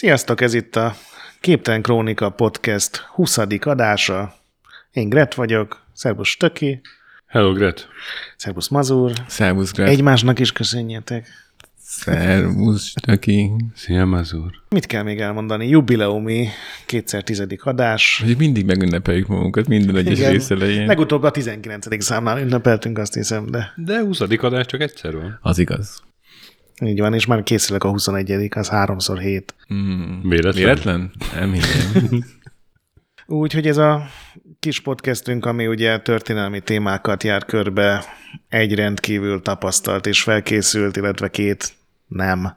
Sziasztok, ez itt a Képtelen Krónika Podcast 20. adása. Én Gret vagyok, szervusz Töki. Hello Gret. Szervusz Mazur. Szervusz Gret. Egymásnak is köszönjetek. Szervusz Töki. Szia Mazur. Mit kell még elmondani? Jubileumi 210. adás. Hogy mindig megünnepeljük magunkat minden egyes rész elején. Legutóbb a 19. számnál ünnepeltünk, azt hiszem, de... De 20. adás csak egyszer van. Az igaz. Így van, és már készülök a 21. az 3x7. Véletlen? Nem hiszem. Úgyhogy ez a kis podcastünk, ami ugye történelmi témákat jár körbe, egy rendkívül tapasztalt és felkészült, illetve két nem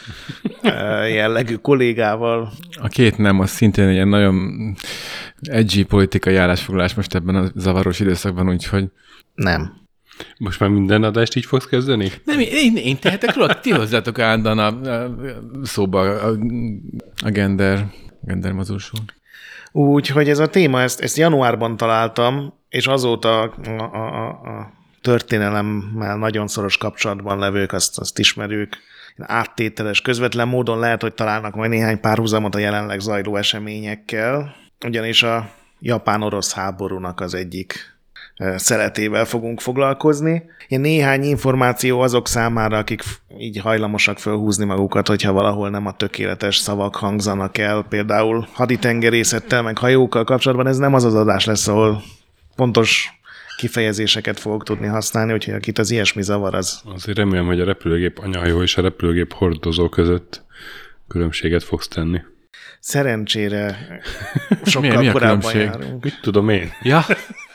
jellegű kollégával. A két nem, az szintén ilyen nagyon edgy politikai állásfoglalás most ebben a zavaros időszakban, úgyhogy... Nem. Most már minden adást így fogsz kezdeni? Nem, én tehetek róla, ti hozzátok állandóan a szóba a gender mazulsó. Úgyhogy ez a téma, ezt januárban találtam, és azóta a történelemmel nagyon szoros kapcsolatban levők, azt ismerjük. Áttételes, közvetlen módon lehet, hogy találnak majd néhány párhuzamot a jelenleg zajló eseményekkel, ugyanis a japán-orosz háborúnak az egyik szeletével fogunk foglalkozni. Néhány információ azok számára, akik így hajlamosak fölhúzni magukat, hogyha valahol nem a tökéletes szavak hangzanak el, például haditengerészettel, meg hajókkal kapcsolatban, ez nem az az adás lesz, ahol pontos kifejezéseket fogok tudni használni, úgyhogy akit az ilyesmi zavar, az... Azért remélem, hogy a repülőgép anyahajó és a repülőgép hordozó között különbséget fogsz tenni. Szerencsére sokkal korábban járunk. Mit tudom én? Ja.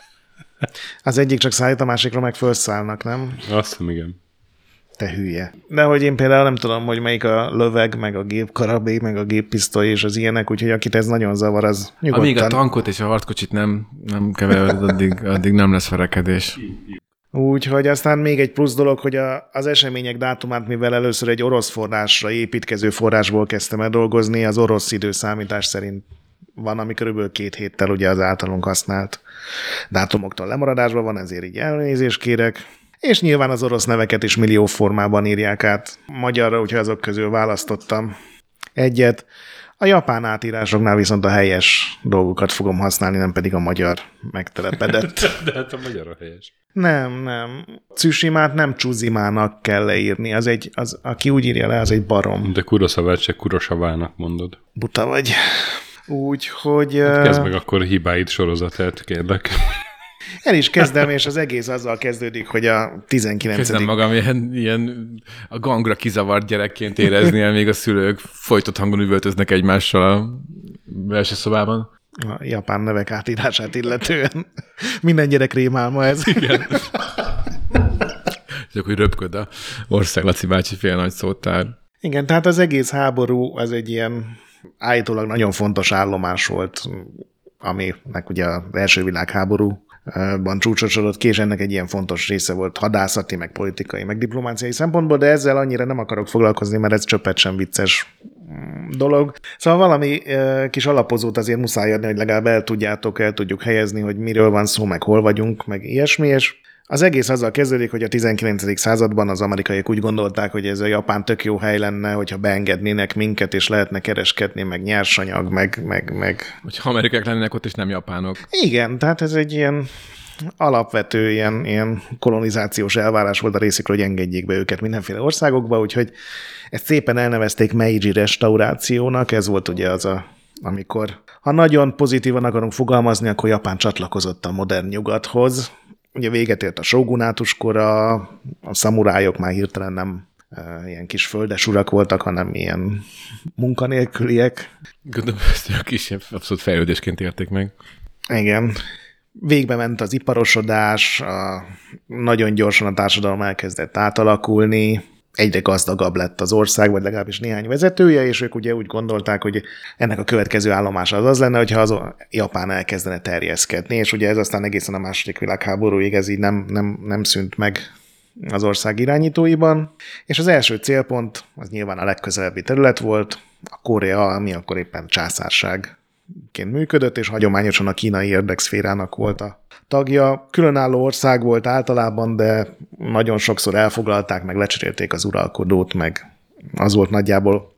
Az egyik csak szállít, a másikra meg felszállnak, nem? Azt hiszem, igen. Te hülye. De hogy én például nem tudom, hogy melyik a löveg, meg a gépkarabé, meg a géppisztoly és az ilyenek, úgyhogy akit ez nagyon zavar, az nyugodtan... Amíg a tankot és a harckocsit nem kevered, addig nem lesz verekedés. Úgyhogy aztán még egy plusz dolog, hogy az események dátumát, mivel először egy orosz forrásra építkező forrásból kezdtem el dolgozni, az orosz időszámítás szerint van, ami körülbelül 2 héttel ugye az általunk használt dátumoktól lemaradásban van, ezért így elnézést kérek. És nyilván az orosz neveket is millió formában írják át magyarra, úgyhogy azok közül választottam egyet. A japán átírásoknál viszont a helyes dolgokat fogom használni, nem pedig a magyar megtelepedett. De hát a magyar a helyes. Nem. Tsushimát nem Tsuzimának kell leírni. Aki úgy írja le, az egy barom. De Kurosawát se Kurosavának mondod. Buta vagy. Úgyhogy... Kezd meg akkor a hibáid sorozatát, kérlek. El is kezdem, és az egész azzal kezdődik, hogy a 19. Kezdem magam ilyen a gangra kizavart gyerekként érezni el, még a szülők folytott hangon üvöltöznek egymással a belső szobában. A japán nevek átírását illetően. Minden gyerek rémálma ez. Igen. És akkor röpköd a Ország Laci bácsi fél nagy szótár. Igen, tehát az egész háború az egy ilyen állítólag nagyon fontos állomás volt, aminek ugye az első világháborúban csúcsosodott ki, és ennek egy ilyen fontos része volt hadászati, meg politikai, meg diplomáciai szempontból, de ezzel annyira nem akarok foglalkozni, mert ez csöppet sem vicces dolog. Szóval valami kis alapozót azért muszáj adni, hogy legalább el tudjuk helyezni, hogy miről van szó, meg hol vagyunk, meg ilyesmi, és az egész azzal kezdődik, hogy a 19. században az amerikaiak úgy gondolták, hogy ez a Japán tök jó hely lenne, hogyha beengednének minket, és lehetne kereskedni, meg nyersanyag, meg... Hogyha amerikák lennének ott, és nem japánok. Igen, tehát ez egy ilyen alapvető ilyen kolonizációs elvárás volt a részükről, hogy engedjék be őket mindenféle országokba, úgyhogy ezt szépen elnevezték Meiji restaurációnak, ez volt ugye amikor, ha nagyon pozitívan akarunk fogalmazni, akkor Japán csatlakozott a modern nyugathoz. Ugye véget ért a sógunátuskora, a szamurájok már hirtelen nem ilyen kis földesurak voltak, hanem ilyen munkanélküliek. Gondolom, ezt a kisebb abszolút fejlődésként érték meg. Igen. Végbe ment az iparosodás, nagyon gyorsan a társadalom elkezdett átalakulni, egyre gazdagabb lett az ország, vagy legalábbis néhány vezetője, és ők ugye úgy gondolták, hogy ennek a következő állomása az lenne, hogyha az Japán elkezdene terjeszkedni, és ugye ez aztán egészen a II. Világháborúig ez így nem szűnt meg az ország irányítóiban, és az első célpont az nyilván a legközelebbi terület volt, a Korea, ami akkor éppen császárságként működött, és hagyományosan a kínai érdekszférának volt a tagja. Különálló ország volt általában, de nagyon sokszor elfoglalták, meg lecserélték az uralkodót, meg az volt nagyjából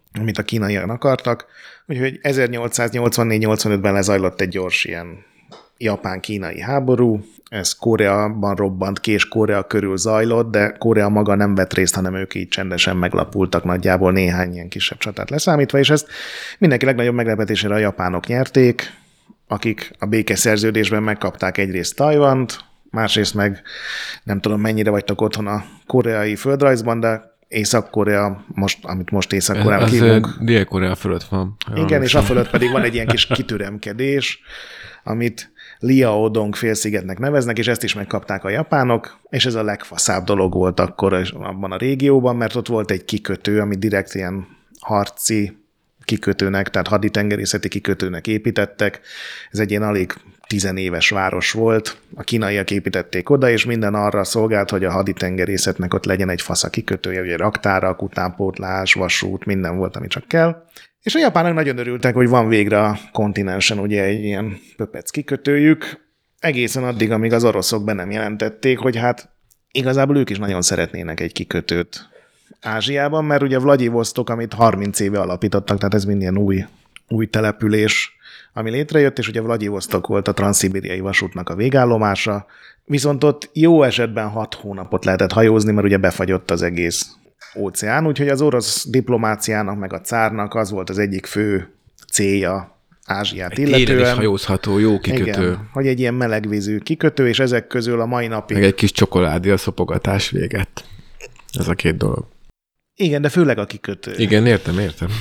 amit a kínaiak akartak. Úgyhogy 1884-85-ben lezajlott egy gyors ilyen japán-kínai háború, ez Koreában robbant ki, és Korea körül zajlott, de Korea maga nem vett részt, hanem ők így csendesen meglapultak nagyjából néhány ilyen kisebb csatát leszámítva, és ezt mindenki legnagyobb meglepetésére a japánok nyerték, akik a békeszerződésben megkapták egyrészt Tajvant, másrészt meg nem tudom mennyire vagytok otthon a koreai földrajzban, de Észak-Korea, amit most Észak-Koreának hívunk. Dél-Korea fölött van. Igen, és a fölött pedig van egy ilyen kis kitüremkedés, amit Liaodong félszigetnek neveznek, és ezt is megkapták a japánok, és ez a legfaszább dolog volt akkor abban a régióban, mert ott volt egy kikötő, ami direkt ilyen harci kikötőnek, tehát haditengerészeti kikötőnek építettek. Ez egy ilyen alig 10 éves város volt. A kínaiak építették oda, és minden arra szolgált, hogy a haditengerészetnek ott legyen egy fasz a kikötője, ugye raktárak, utánpótlás, vasút, minden volt, ami csak kell. És a japánok nagyon örültek, hogy van végre a kontinensen ugye egy ilyen pöpec kikötőjük, egészen addig, amíg az oroszok be nem jelentették, hogy hát igazából ők is nagyon szeretnének egy kikötőt Ázsiában, mert ugye Vladivostok, amit 30 éve alapítottak, tehát ez minden új település, ami létrejött, és ugye Vladivostok volt a transzszibériai vasútnak a végállomása, viszont ott jó esetben 6 hónapot lehetett hajózni, mert ugye befagyott az egész óceán, úgyhogy az orosz diplomáciának meg a cárnak az volt az egyik fő célja Ázsiát illetően. Télen is hajózható, jó kikötő. Igen, hogy egy ilyen melegvízű kikötő, és ezek közül a mai napig... Meg egy kis csokoládé a szopogatás véget. Ez a 2 dolog. Igen, de főleg a kikötő. Igen, értem.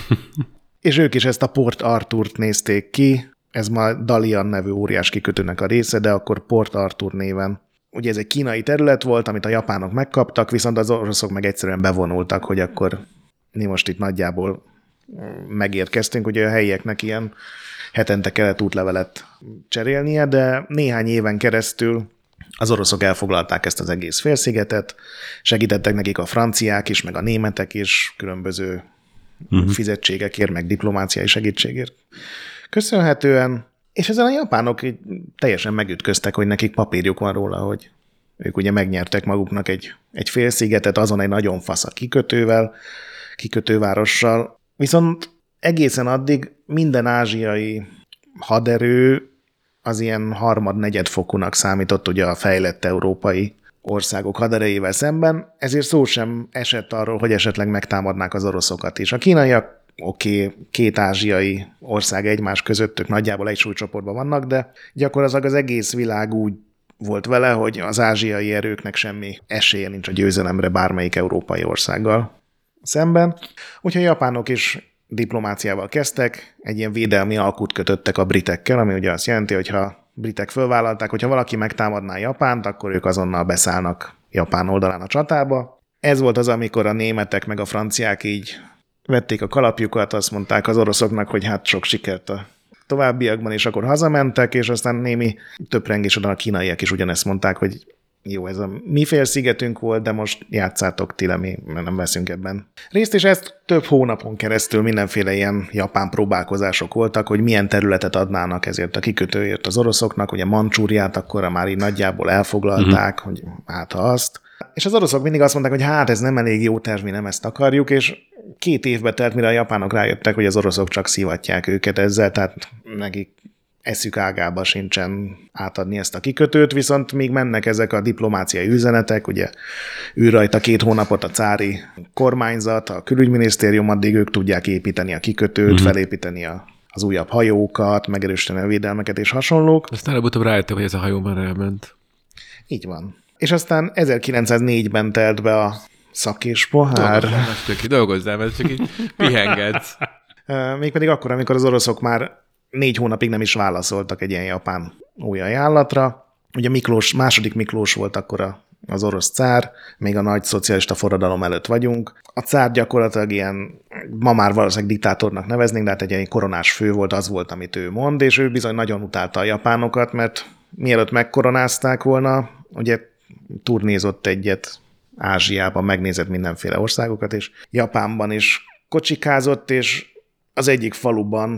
És ők is ezt a Port Arthurt nézték ki, ez ma Dalian nevű óriás kikötőnek a része, de akkor Port Arthur néven. Ugye ez egy kínai terület volt, amit a japánok megkaptak, viszont az oroszok meg egyszerűen bevonultak, hogy akkor mi most itt nagyjából megérkeztünk, ugye a helyieknek ilyen hetente kellett útlevelet cserélnie, de néhány éven keresztül az oroszok elfoglalták ezt az egész félszigetet, segítettek nekik a franciák is, meg a németek is, különböző fizetségekért, meg diplomáciai segítségért köszönhetően, és ezen a japánok így teljesen megütköztek, hogy nekik papírjuk van róla, hogy ők ugye megnyertek maguknak egy félszigetet, azon egy nagyon fasz a kikötővárossal, viszont egészen addig minden ázsiai haderő az ilyen harmad-negyed fokúnak számított ugye a fejlett európai országok haderejével szemben, ezért szó sem esett arról, hogy esetleg megtámadnák az oroszokat is. A kínaiak két ázsiai ország egymás között, ők nagyjából egy súlycsoportban vannak, de gyakorlatilag az egész világ úgy volt vele, hogy az ázsiai erőknek semmi esélye nincs a győzelemre bármelyik európai országgal szemben. Úgyhogy a japánok is diplomáciával kezdtek, egy ilyen védelmi alkut kötöttek a britekkel, ami ugye azt jelenti, hogy ha britek fölvállalták, hogyha valaki megtámadná Japánt, akkor ők azonnal beszállnak Japán oldalán a csatába. Ez volt az, amikor a németek meg a franciák így vették a kalapjukat, azt mondták az oroszoknak, hogy hát sok sikert a továbbiakban, és akkor hazamentek, és aztán némi töprengés oda a kínaiak is ugyanezt mondták, hogy jó, ez a mi félszigetünk volt, de most játszátok ti le, mi nem veszünk ebben részt, és ezt több hónapon keresztül mindenféle ilyen japán próbálkozások voltak, hogy milyen területet adnának ezért a kikötőért az oroszoknak, ugye Mancsúriát akkor már így nagyjából elfoglalták, hogy hát ha azt. És az oroszok mindig azt mondták, hogy hát ez nem elég jó terv, mi nem ezt akarjuk, és 2 évbe telt, mire a japánok rájöttek, hogy az oroszok csak szivatják őket ezzel, tehát nekik eszük ágába sincsen átadni ezt a kikötőt, viszont még mennek ezek a diplomáciai üzenetek, ugye ül rajta 2 hónapot a cári kormányzat, a külügyminisztérium, addig ők tudják építeni a kikötőt, felépíteni az újabb hajókat, megerősíteni a védelmeket és hasonlók. Aztán előbb-utóbb rájöttek, hogy ez a hajó már elment. Így van. És aztán 1904-ben telt be a szak és pohár. Dolgozzál, mert csak így pihengedsz. Mégpedig akkor, amikor az oroszok már 4 hónapig nem is válaszoltak egy ilyen japán új ajánlatra. Ugye második Miklós volt akkor az orosz cár, még a nagy szocialista forradalom előtt vagyunk. A cár gyakorlatilag ilyen, ma már valószínűleg diktátornak neveznénk, de hát egy ilyen koronás fő volt, az volt, amit ő mond, és ő bizony nagyon utálta a japánokat, mert mielőtt megkoronázták volna, ugye turnézott egyet Ázsiában, megnézett mindenféle országokat, és Japánban is kocsikázott, és az egyik faluban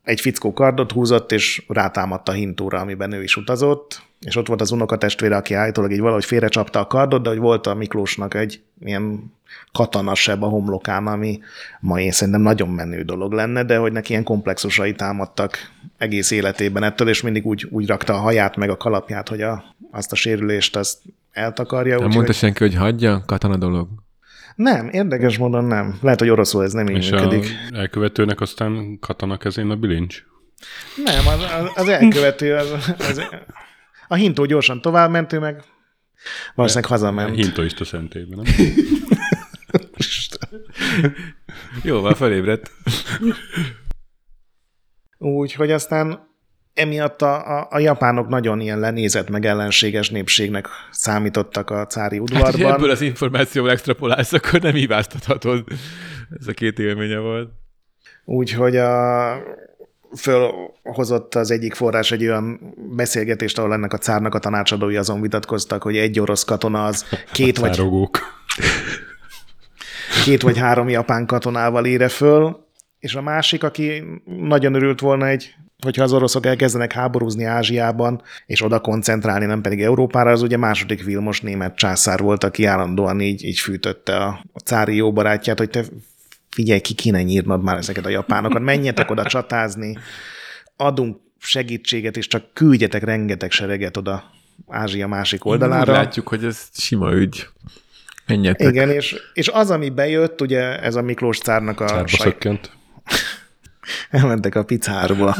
egy fickó kardot húzott, és rátámadt a hintóra, amiben ő is utazott, és ott volt az unokatestvére, aki állítólag így valahogy félrecsapta a kardot, de hogy volt a Miklósnak egy ilyen katonasebb a homlokán, ami ma én szerintem nagyon menő dolog lenne, de hogy neki ilyen komplexusai támadtak egész életében ettől, és mindig úgy rakta a haját meg a kalapját, hogy azt a sérülést azt eltakarja. Nem mondta senki, hogy hagyja, katona dolog. Nem, érdekes módon nem. Lehet, hogy oroszul ez nem így működik. És a elkövetőnek aztán katona kezén a bilincs? Nem, az elkövető, a hintó gyorsan továbbment, ő meg valószínűleg hazament. Hintoista szentélyben, nem? Jó, már felébredt. Úgyhogy aztán emiatt a japánok nagyon ilyen lenézett, meg ellenséges népségnek számítottak a cári udvarban. Hát, ebből az információval extrapolálsz, akkor nem hibáztathatod. Ez a két élménye volt. Úgyhogy fölhozott az egyik forrás egy olyan beszélgetést, ahol ennek a cárnak a tanácsadói azon vitatkoztak, hogy egy orosz katona az két vagy három japán katonával ére föl, és a másik, aki nagyon örült volna hogyha az oroszok elkezdenek háborúzni Ázsiában, és oda koncentrálni, nem pedig Európára, az ugye második Vilmos német császár volt, aki állandóan így fűtötte a cári jó barátját, hogy te figyelj, ki kéne nyírnod már ezeket a japánokat, menjetek oda csatázni, adunk segítséget, és csak küldjetek rengeteg sereget oda Ázsia másik oldalára. Úgy látjuk, hogy ez sima ügy. Menjetek. Igen, és az, ami bejött, ugye ez a Miklós cárnak a... Cárba szökkent. Elmentek a picárba.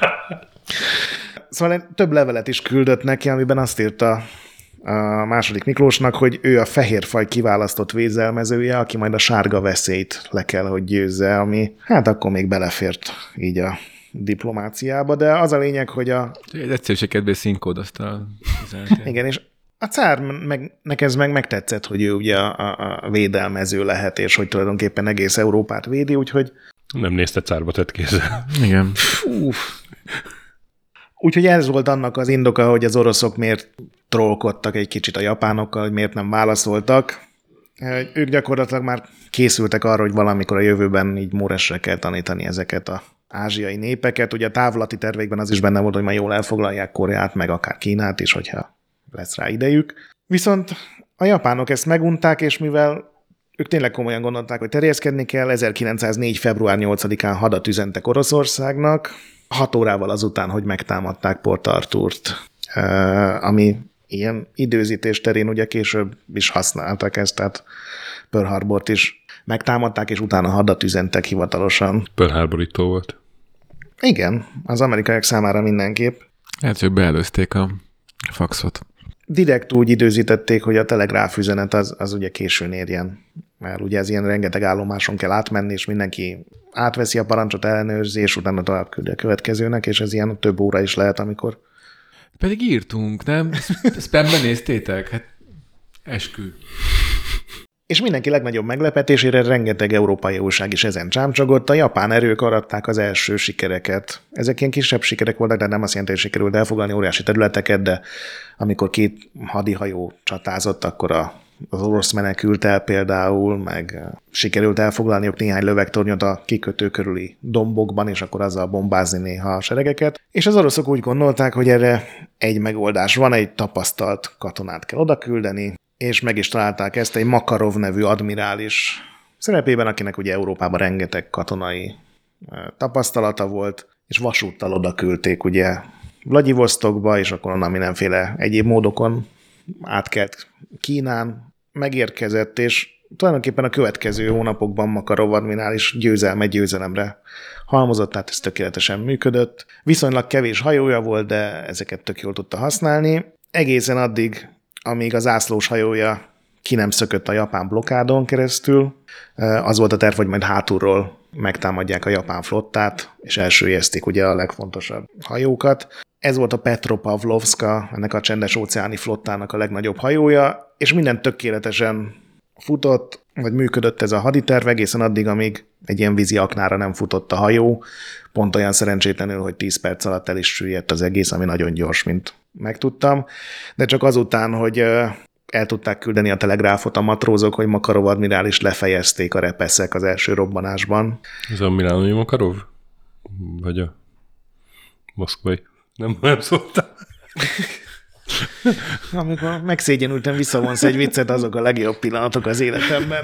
Szóval több levelet is küldött neki, amiben azt írta a második Miklósnak, hogy ő a fehérfaj kiválasztott védelmezője, aki majd a sárga veszélyt le kell, hogy győzze, ami hát akkor még belefért így a diplomáciába, de az a lényeg, hogy egy egyszerűség kedvéért színkódozta. Igen, és a cár ez meg megtetszett, hogy ő ugye a védelmező lehet, és hogy tulajdonképpen egész Európát védi, úgyhogy nem nézte cárba tett kézzel. Igen. Úgyhogy ez volt annak az indoka, hogy az oroszok miért trollkodtak egy kicsit a japánokkal, hogy miért nem válaszoltak. Ők gyakorlatilag már készültek arra, hogy valamikor a jövőben így Móresre kell tanítani ezeket az ázsiai népeket. Ugye a távlati terveikben az is benne volt, hogy már jól elfoglalják Koreát, meg akár Kínát is, hogyha lesz rá idejük. Viszont a japánok ezt megunták, és mivel ők tényleg komolyan gondolták, hogy terjeszkedni kell, 1904. február 8-án hadat üzentek Oroszországnak, 6 órával azután, hogy megtámadták Port Arthurt, ami ilyen időzítés terén ugye később is használtak ezt, tehát Pearl Harbort is megtámadták, és utána hadat üzentek hivatalosan. Pearl Harborító volt. Igen, az amerikaiak számára mindenképp. Hát, hogy beelőzték a faxot. Direkt úgy időzítették, hogy a telegráfüzenet az ugye későn érjen. Mert ugye ez ilyen rengeteg állomáson kell átmenni, és mindenki átveszi a parancsot, ellenőrzi, és utána tovább küldi a következőnek, és ez ilyen több óra is lehet, amikor... Pedig írtunk, nem? Spamben néztétek? Hát eskü. És mindenki legnagyobb meglepetésére rengeteg európai újság is ezen csámcsogott, a japán erők aratták az első sikereket. Ezek ilyen kisebb sikerek voltak, de nem azt jelenti, hogy sikerült elfoglalni óriási területeket, de amikor 2 hadihajó csatázott, akkor az orosz menekült el például, meg sikerült elfoglalniuk néhány lövegtornyot a kikötő körüli dombokban, és akkor azzal bombázni néha a seregeket. És az oroszok úgy gondolták, hogy erre egy megoldás van, egy tapasztalt katonát kell odaküldeni, és meg is találták ezt egy Makarov nevű admirális szerepében, akinek ugye Európában rengeteg katonai tapasztalata volt, és vasúttal oda küldték ugye Vladivostokba, és akkor onnan mindenféle egyéb módokon átkelt Kínán, megérkezett, és tulajdonképpen a következő hónapokban Makarov admirális győzelemre halmozott, tehát ez tökéletesen működött. Viszonylag kevés hajója volt, de ezeket tök jól tudta használni. Egészen addig, amíg a zászlós hajója ki nem szökött a japán blokádon keresztül. Az volt a terv, hogy majd hátulról megtámadják a japán flottát, és elsüllyesztik ugye a legfontosabb hajókat. Ez volt a Petropavlovska, ennek a csendes-óceáni flottának a legnagyobb hajója, és minden tökéletesen futott, vagy működött ez a haditerv egészen addig, amíg egy ilyen vízi aknára nem futott a hajó, pont olyan szerencsétlenül, hogy 10 perc alatt el is süllyedt az egész, ami nagyon gyors, mint megtudtam, de csak azután, hogy el tudták küldeni a telegráfot a matrózok, hogy Makarov admirális lefejezték a repeszek az első robbanásban. Ez a Milánói Makarov? Vagy a... moszkvai. Nem szóltál. Amikor megszégyenültem, visszavonsz egy viccet, azok a legjobb pillanatok az életemben.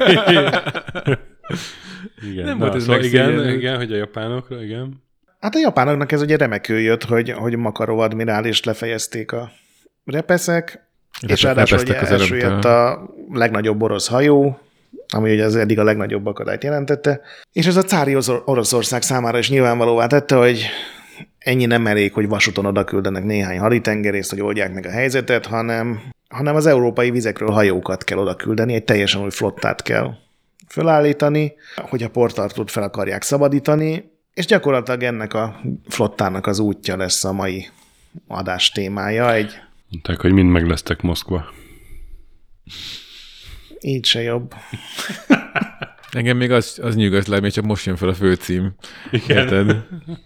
Igen, Nem volt ez igen, hogy a japánokra, igen. Hát a japánoknak ez ugye remekül jött, hogy Makarov admirálist lefejezték a repeszek, és ráadásul ugye elsüllyedt a legnagyobb orosz hajó, ami ugye az eddig a legnagyobb akadályt jelentette, és ez a cári Oroszország számára is nyilvánvalóvá tette, hogy ennyi nem elég, hogy vasúton oda küldenek néhány haditengerészt, hogy oldják meg a helyzetet, hanem az európai vizekről hajókat kell oda küldeni, egy teljesen új flottát kell fölállítani, hogy a Port Arthurt fel akarják szabadítani, és gyakorlatilag ennek a flottának az útja lesz a mai adás témája. Mondták, hogy mind meg lesztek Moszkva. Így se jobb. Engem még az nyugaszt le, még csak most jön fel a főcím. Érted?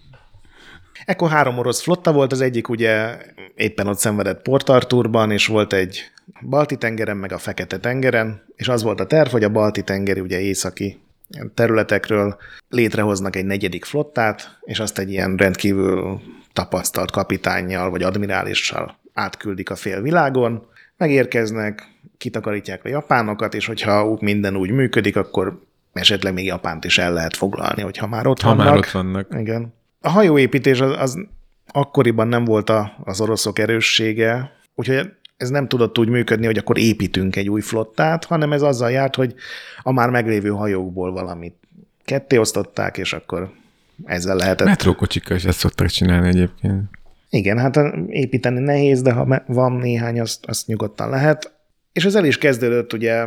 Ekkor 3 orosz flotta volt, az egyik ugye éppen ott szenvedett Port Arthurban, és volt egy Balti-tengeren, meg a Fekete-tengeren, és az volt a terv, hogy a Balti-tengeri ugye északi területekről létrehoznak egy 4. flottát, és azt egy ilyen rendkívül tapasztalt kapitánnyal vagy admirálissal átküldik a félvilágon, megérkeznek, kitakarítják a japánokat, és hogyha minden úgy működik, akkor esetleg még Japánt is el lehet foglalni, hogyha már ott vannak. Már ott vannak. Igen. A hajóépítés az akkoriban nem volt az oroszok erőssége, úgyhogy ez nem tudott úgy működni, hogy akkor építünk egy új flottát, hanem ez azzal járt, hogy a már meglévő hajókból valamit ketté osztották, és akkor ezzel lehetett... Metrókocsikkal is ezt szokták csinálni egyébként. Igen, hát építeni nehéz, de ha van néhány, azt nyugodtan lehet. És ez el is kezdődött ugye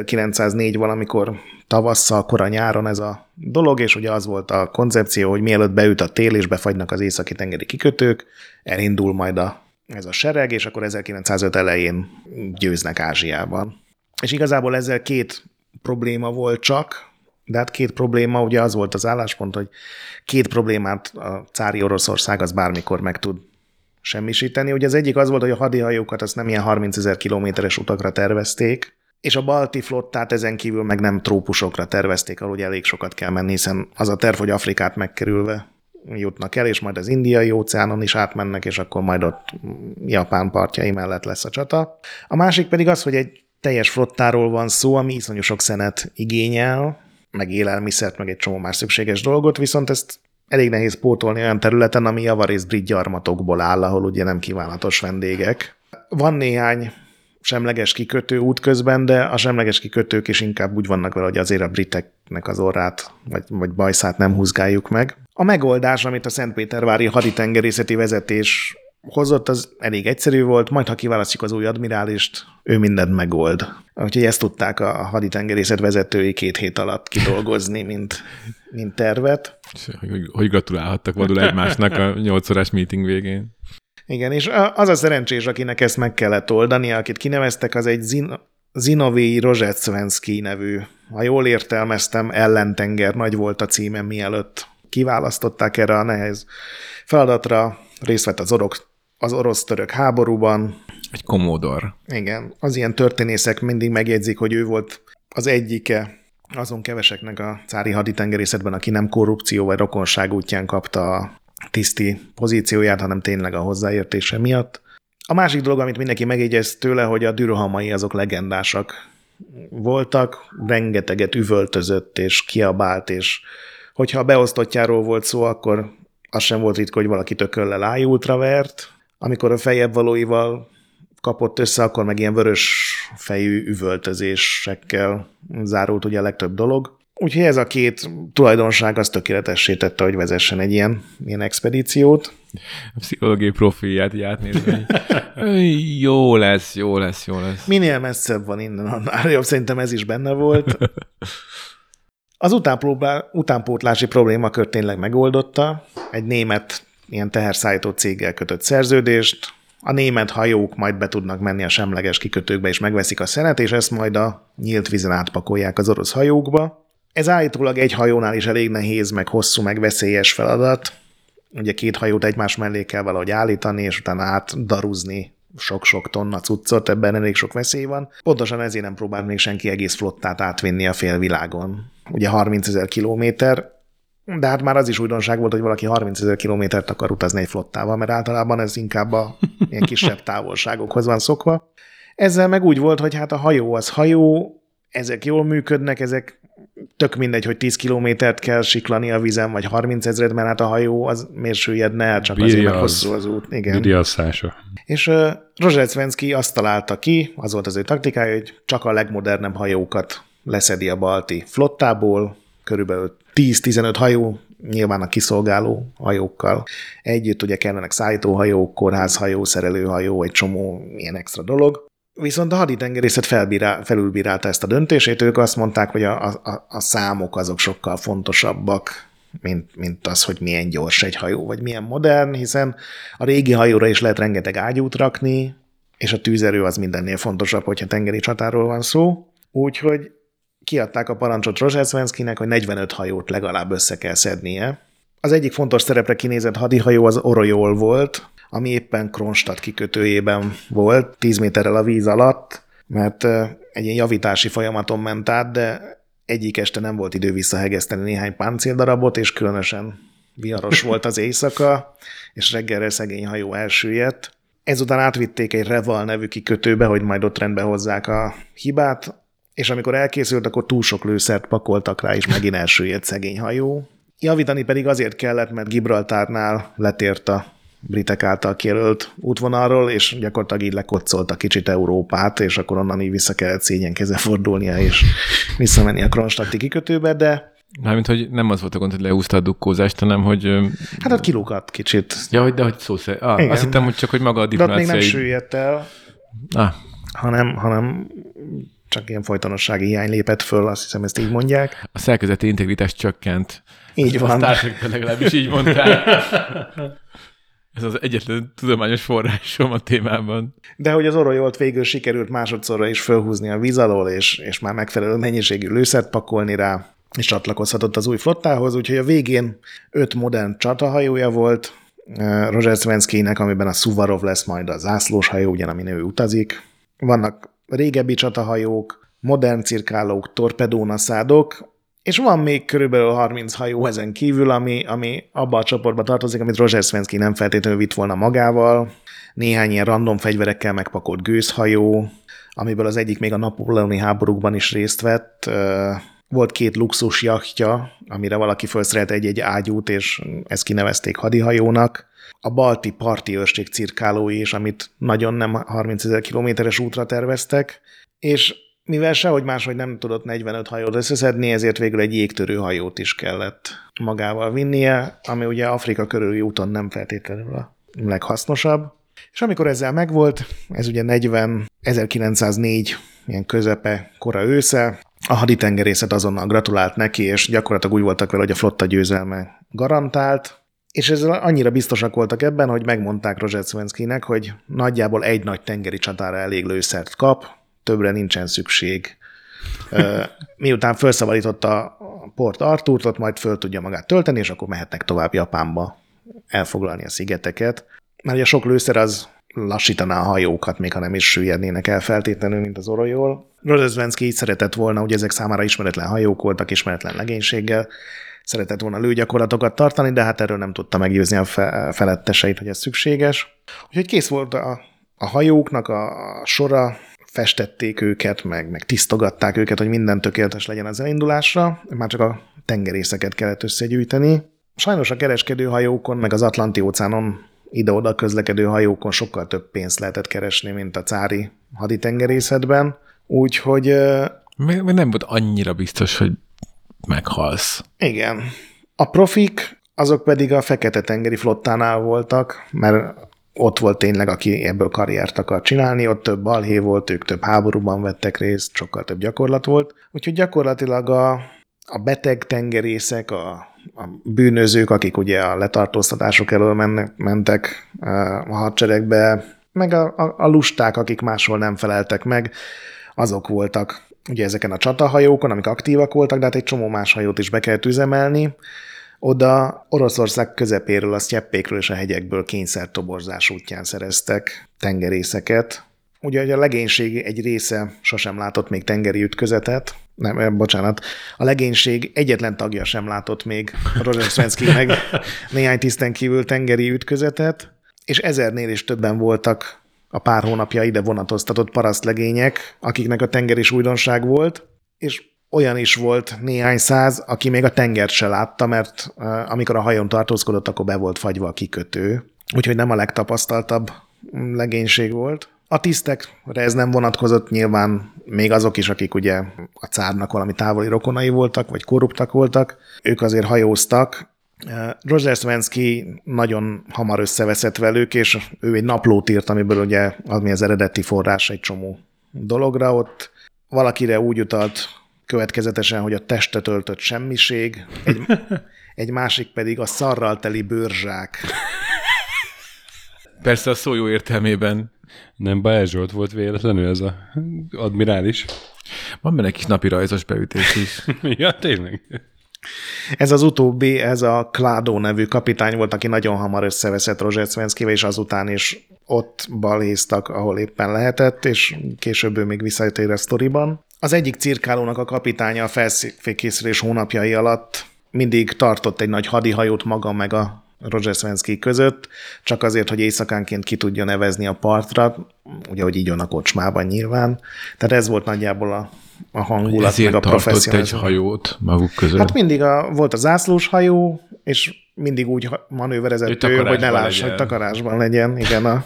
1904 valamikor tavasszal, kora nyáron ez a dolog, és ugye az volt a koncepció, hogy mielőtt beüt a tél és befagynak az északi tengeri kikötők, elindul majd ez a sereg, és akkor 1905 elején győznek Ázsiában. És igazából ezzel 2 probléma volt csak, de hát 2 probléma, ugye az volt az álláspont, hogy 2 problémát a cári Oroszország az bármikor meg tud semmisíteni. Ugye az egyik az volt, hogy a hadihajókat azt nem ilyen 30 000 kilométeres utakra tervezték, és a balti flottát ezen kívül meg nem trópusokra tervezték, ahol ugye elég sokat kell menni, hiszen az a terv, hogy Afrikát megkerülve jutnak el, és majd az Indiai óceánon is átmennek, és akkor majd ott Japán partjai mellett lesz a csata. A másik pedig az, hogy egy teljes flottáról van szó, ami iszonyú sok szenet igényel, meg élelmiszert, meg egy csomó más szükséges dolgot, viszont ezt elég nehéz pótolni olyan területen, ami javarészt brit gyarmatokból áll, ahol ugye nem kívánatos vendégek. Van néhány semleges kikötő útközben, de a semleges kikötők is inkább úgy vannak vele, hogy azért a briteknek az orrát vagy bajszát nem húzgáljuk meg. A megoldás, amit a Szentpétervári haditengerészeti vezetés hozott, az elég egyszerű volt, majd ha kiválasztjuk az új admirálist, ő mindent megold. Úgyhogy ezt tudták a haditengerészet vezetői 2 hét alatt kidolgozni, mint tervet. Hogy gratulálhattak vadul egymásnak a 8 órás meeting végén. Igen, és az a szerencsés, akinek ezt meg kellett oldani, akit kineveztek, az egy Zinovij Rozsetszenszkij nevű, ha jól értelmeztem, ellentenger nagy volt a címe, mielőtt kiválasztották erre a nehéz feladatra, részt vett az orosz-török háborúban. Egy komódor. Igen, az ilyen történészek mindig megjegyzik, hogy ő volt az egyike azon keveseknek a cári haditengerészetben, aki nem korrupció vagy rokonság útján kapta a tiszti pozícióját, hanem tényleg a hozzáértése miatt. A másik dolog, amit mindenki megjegyez tőle, hogy a dürhamai azok legendásak voltak, rengeteget üvöltözött és kiabált, és hogyha a beosztottjáról volt szó, akkor az sem volt ritka, hogy valaki tököllel ájultra vert. Amikor a fejebb valóival kapott össze, akkor meg ilyen vörös fejű üvöltözésekkel zárult ugye a legtöbb dolog. Úgyhogy ez a 2 tulajdonság az tökéletessé tette, hogy vezessen egy ilyen expedíciót. A pszichológiai profilját így átnézni. Jó lesz. Minél messzebb van innen, annál jobb, szerintem ez is benne volt. Az utánpótlási problémakört tényleg megoldotta. Egy német ilyen teherszállító céggel kötött szerződést. A német hajók majd be tudnak menni a semleges kikötőkbe, és megveszik a szenet, és ezt majd a nyílt vízen átpakolják az orosz hajókba. Ez állítólag egy hajónál is elég nehéz, meg hosszú, meg veszélyes feladat. Ugye 2 hajót egymás mellé kell valahogy állítani, és utána átdaruzni sok-sok tonna cuccot, ebben elég sok veszély van. Pontosan ezért nem próbált még senki egész flottát átvinni a félvilágon. Ugye 30 000 kilométer, De hát már az is újdonság volt, hogy valaki 30 000 kilométert akar utazni egy flottával, mert általában ez inkább a ilyen kisebb távolságokhoz van szokva. Ezzel meg úgy volt, hogy hát a hajó az hajó, ezek jól működnek, ezek tök mindegy, hogy 10 kilométert kell siklani a vízen, vagy 30 000, mert hát a hajó az miért süllyedne el, csak azért, mert hosszú az út. Igen. Biriasszása. És Rozsecvenszky azt találta ki, az volt az ő taktikája, hogy csak a legmodernebb hajókat leszedi a balti flottából, körülbelül 10-15 hajó, nyilván a kiszolgáló hajókkal. Együtt ugye kellenek szállítóhajók, kórházhajó, szerelőhajó, egy csomó ilyen extra dolog. Viszont a haditengerészet felülbírálta ezt a döntését, ők azt mondták, hogy a számok azok sokkal fontosabbak, mint az, hogy milyen gyors egy hajó, vagy milyen modern, hiszen a régi hajóra is lehet rengeteg ágyút rakni, és a tűzerő az mindennél fontosabb, hogyha tengeri csatáról van szó. Úgyhogy kiadták a parancsot Rozsecvenszkynek, hogy 45 hajót legalább össze kell szednie. Az egyik fontos szerepre kinézett hadihajó az Orjol volt, ami éppen Kronstadt kikötőjében volt, 10 méterrel a víz alatt, mert egy ilyen javítási folyamaton ment át, de egyik este nem volt idő visszahegeszteni néhány páncéldarabot, és különösen viharos volt az éjszaka, és reggelre szegény hajó elsüllyedt. Ezután átvitték egy Reval nevű kikötőbe, hogy majd ott rendbe hozzák a hibát, és amikor elkészült, akkor túl sok lőszert pakoltak rá, és megint elsüllyedt szegény hajó. Javítani pedig azért kellett, mert Gibraltárnál letért a britek által kijelölt útvonalról, és gyakorlatilag így lekoccolta kicsit Európát, és akkor onnan így vissza kellett szégyenkezve fordulnia, és visszamenni a Kronstadti kikötőbe, de... Mármint, hogy nem az volt a gond, hogy leúszta a dukkózást, hanem, hogy... Hát ott kilógatt kicsit. Ja, de hogy szó szerint. Azt hittem, hogy csak, hogy maga a diplomáciai... De ott még nem süllyedt el, hanem csak ilyen folytonossági hiány lépett föl, azt hiszem, ezt így mondják. A szerkezeti integritás csökkent. Így van. A társadalmat legalábbis így mondták. Ez az egyetlen tudományos forrásom a témában. De hogy az Orjolt végül sikerült másodszorra is fölhúzni a víz alól, és már megfelelő mennyiségű lőszert pakolni rá, és csatlakozhatott az új flottához, úgyhogy a végén 5 modern csatahajója volt Rozsecvenszkynek, amiben a Suvarov lesz majd a zászlós hajó, ugyan amin ő utazik. Vannak régebbi csatahajók, modern cirkálók, torpedónaszádok, és van még körülbelül 30 hajó ezen kívül, ami abba a csoportba tartozik, amit Rozsecvenszky nem feltétlenül vitt volna magával. Néhány ilyen random fegyverekkel megpakolt gőzhajó, amiből az egyik még a napóleoni háborúkban is részt vett. Volt 2 luxus jachtja, amire valaki felszerelt egy ágyút, és ezt kinevezték hadihajónak. A balti parti őrség cirkálói is, amit nagyon nem 30 000 kilométeres útra terveztek, és mivel sehogy máshogy nem tudott 45 hajót összeszedni, ezért végül egy jégtörő hajót is kellett magával vinnie, ami ugye Afrika körüli úton nem feltétlenül a leghasznosabb. És amikor ezzel megvolt, ez ugye 1904 ilyen közepe, kora ősze, a haditengerészet azonnal gratulált neki, és gyakorlatilag úgy voltak vele, hogy a flotta győzelme garantált, és ezzel annyira biztosak voltak ebben, hogy megmondták Rozsecvenszkynek, hogy nagyjából egy nagy tengeri csatára elég lőszert kap, többre nincsen szükség. Miután felszabadította a Port Arthurt, ott majd föl tudja magát tölteni, és akkor mehetnek tovább Japánba elfoglalni a szigeteket. Mert ugye sok lőszer az lassítaná a hajókat, még ha nem is süllyednének el feltétlenül, mint az Orjol. Rozsecvenszky így szeretett volna, hogy ezek számára ismeretlen hajók voltak, ismeretlen legénységgel, szeretett volna lőgyakorlatokat tartani, de hát erről nem tudta meggyőzni a feletteseit, hogy ez szükséges. Úgyhogy kész volt a hajóknak a sora, festették őket, meg tisztogatták őket, hogy minden tökéletes legyen az elindulásra, már csak a tengerészeket kellett összegyűjteni. Sajnos a kereskedőhajókon, meg az Atlanti-óceánon ide-oda közlekedő hajókon sokkal több pénzt lehetett keresni, mint a cári haditengerészetben, úgyhogy... Még nem volt annyira biztos, hogy meghalsz. Igen. A profik, azok pedig a Fekete-tengeri flottánál voltak, mert ott volt tényleg, aki ebből karriert akar csinálni, ott több balhé volt, ők több háborúban vettek részt, sokkal több gyakorlat volt. Úgyhogy gyakorlatilag a beteg tengerészek, a bűnözők, akik ugye a letartóztatások elől mentek a hadseregbe, meg a lusták, akik máshol nem feleltek meg, azok voltak ugye ezeken a csatahajókon, amik aktívak voltak, de hát egy csomó más hajót is be kellett üzemelni. Oda Oroszország közepéről, a sztyeppékről és a hegyekből kényszertoborzás útján szereztek tengerészeket. Ugye a legénység egy része sosem látott még tengeri ütközetet, nem, bocsánat, a legénység egyetlen tagja sem látott még Rozsdestvenszky meg néhány tiszten kívül tengeri ütközetet, és 1000-nél is többen voltak a pár hónapja ide vonatoztatott parasztlegények, akiknek a tenger is újdonság volt, és olyan is volt néhány száz, aki még a tengert se látta, mert amikor a hajón tartózkodott, akkor be volt fagyva a kikötő. Úgyhogy nem a legtapasztaltabb legénység volt. A tisztekre ez nem vonatkozott, nyilván még azok is, akik ugye a cárnak valami távoli rokonai voltak, vagy korruptak voltak, ők azért hajóztak. Rozsdestvenszky nagyon hamar összeveszett velük, és ő egy naplót írt, amiből ugye ami az eredeti forrás egy csomó dologra. Ott valakire úgy utalt következetesen, hogy a testet öltött semmiség, egy másik pedig a szarral teli bőrzsák. Persze a szó jó értelmében. Nem Bajer Zsolt volt véletlenül ez a admirális? Van benne egy kis napi rajzos beütés is. Ja, tényleg. Ez az utóbbi, ez a Kládó nevű kapitány volt, aki nagyon hamar összeveszett Rozsdestvenszkyvel, és azután is ott balhéztak, ahol éppen lehetett, és később ő még visszatér a sztoriban. Az egyik cirkálónak a kapitánya a felkészülés hónapjai alatt mindig tartott egy nagy hadihajót maga meg a Rozsdestvenszky között, csak azért, hogy éjszakánként ki tudja nevezni a partra, ugye, hogy így jön a kocsmában nyilván. Tehát ez volt nagyjából a hangulat, ezért meg a professzionalizmus. egy hajót maguk között. Hát mindig volt a zászlós hajó, és mindig úgy manőverezett ő, hogy ne lássa, hogy takarásban legyen. Igen,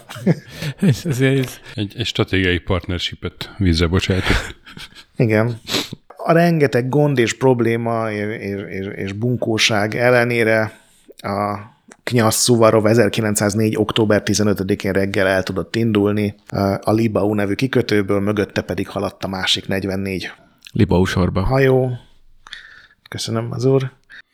Egy stratégiai partnershipet vízre bocsájtott. Igen. A rengeteg gond és probléma és bunkóság ellenére a Knyasz Szuvarov 1904. október 15-én reggel el tudott indulni a Libau nevű kikötőből, mögötte pedig haladt a másik 44 Libau sorba. hajó. Köszönöm, az úr.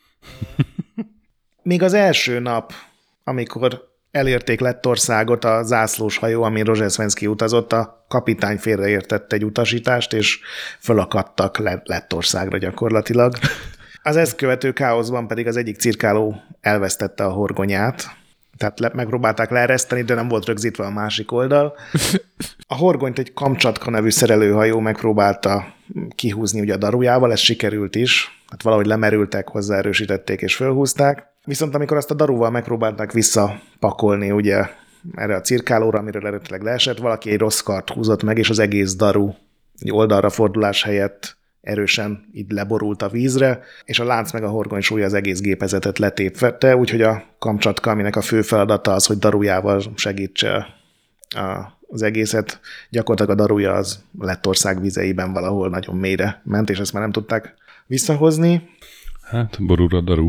Még az első nap, amikor elérték Lettországot, a zászlós hajó, amin Rozsdestvenszky utazott, a kapitány félreértett egy utasítást, és fölakadtak Lettországra gyakorlatilag. Az ezt követő káoszban pedig az egyik cirkáló elvesztette a horgonyát, tehát megpróbálták leereszteni, de nem volt rögzítve a másik oldal. A horgonyt egy Kamcsatka nevű szerelőhajó megpróbálta kihúzni ugye a darujával, ez sikerült is, hát valahogy lemerültek, hozzáerősítették és fölhúzták. Viszont amikor azt a daruval megpróbálták visszapakolni ugye erre a cirkálóra, amiről eredetileg leesett, valaki egy rossz kart húzott meg, és az egész daru egy oldalra fordulás helyett erősen így leborult a vízre, és a lánc meg a horgony súlya az egész gépezetet letépvette, úgyhogy a Kamcsatka, aminek a fő feladata az, hogy darujával segítse az egészet, gyakorlatilag a daruja az Lettország vizeiben valahol nagyon mélyre ment, és ezt már nem tudták visszahozni. Hát, borul a daru.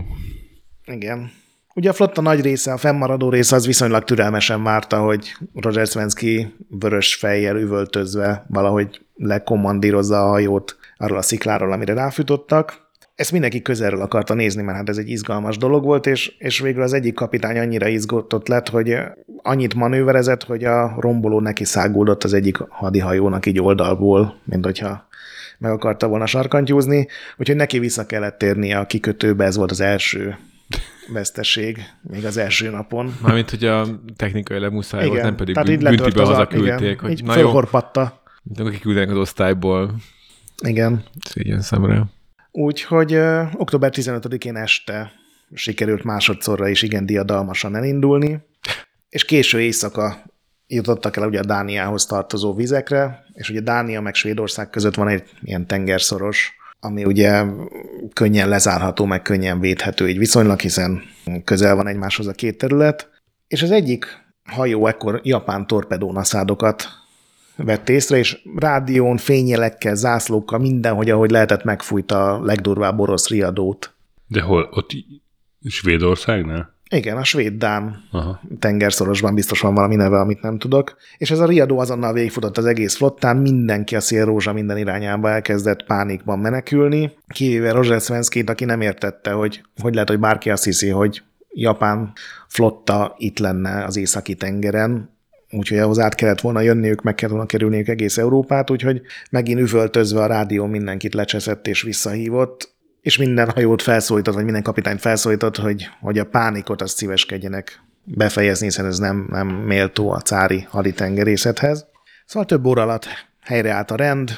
Igen. Ugye a flotta nagy része, a fennmaradó része az viszonylag türelmesen várta, hogy Rozsdestvenszky vörös fejjel üvöltözve valahogy lekommandírozza a hajót arról a szikláról, amire ráfutottak. Ezt mindenki közelről akarta nézni, mert hát ez egy izgalmas dolog volt, és végül az egyik kapitány annyira izgatott lett, hogy annyit manőverezett, hogy a romboló neki száguldott az egyik hadihajónak így oldalból, mint hogyha meg akarta volna sarkantyúzni, úgyhogy neki vissza kellett térnie a kikötőbe, ez volt az első veszteség, még az első napon. Mármint, hogy a technikailag muszáj igen, volt, nem pedig tehát így büntibe hazaküldték, hogy így na jó, fölhorpatta. mint kiküldenek az osztályból. Igen. Szégyen szemre. Úgyhogy október 15-én este sikerült másodszorra is igen diadalmasan elindulni, és késő éjszaka jutottak el ugye a Dániához tartozó vizekre, és ugye Dánia meg Svédország között van egy ilyen tengerszoros, ami ugye könnyen lezárható, meg könnyen védhető így viszonylag, hiszen közel van egymáshoz a két terület, és az egyik hajó ekkor japán torpedónaszádokat vett észre, és rádión, fényjelekkel, zászlókkal, mindenhogy, ahogy lehetett, megfújta a legdurvább orosz riadót. De hol? Ott Svédországnál? Igen, a svéd-dán tengerszorosban biztos van valami neve, amit nem tudok. És ez a riadó azonnal végigfutott az egész flottán, mindenki a szélrózsa minden irányába elkezdett pánikban menekülni, kivéve Rozsdestvenszkyt, aki nem értette, hogy lehet, hogy bárki azt hiszi, hogy japán flotta itt lenne az északi tengeren, úgyhogy ahhoz át kellett volna jönniük, meg kellett volna kerülniük egész Európát, úgyhogy megint üvöltözve a rádió mindenkit lecseszett és visszahívott, és minden hajót felszólított, vagy minden kapitányt felszólított, hogy a pánikot azt szíveskedjenek befejezni, hiszen ez nem méltó a cári haditengerészethez. Szóval több óra alatt helyreállt a rend,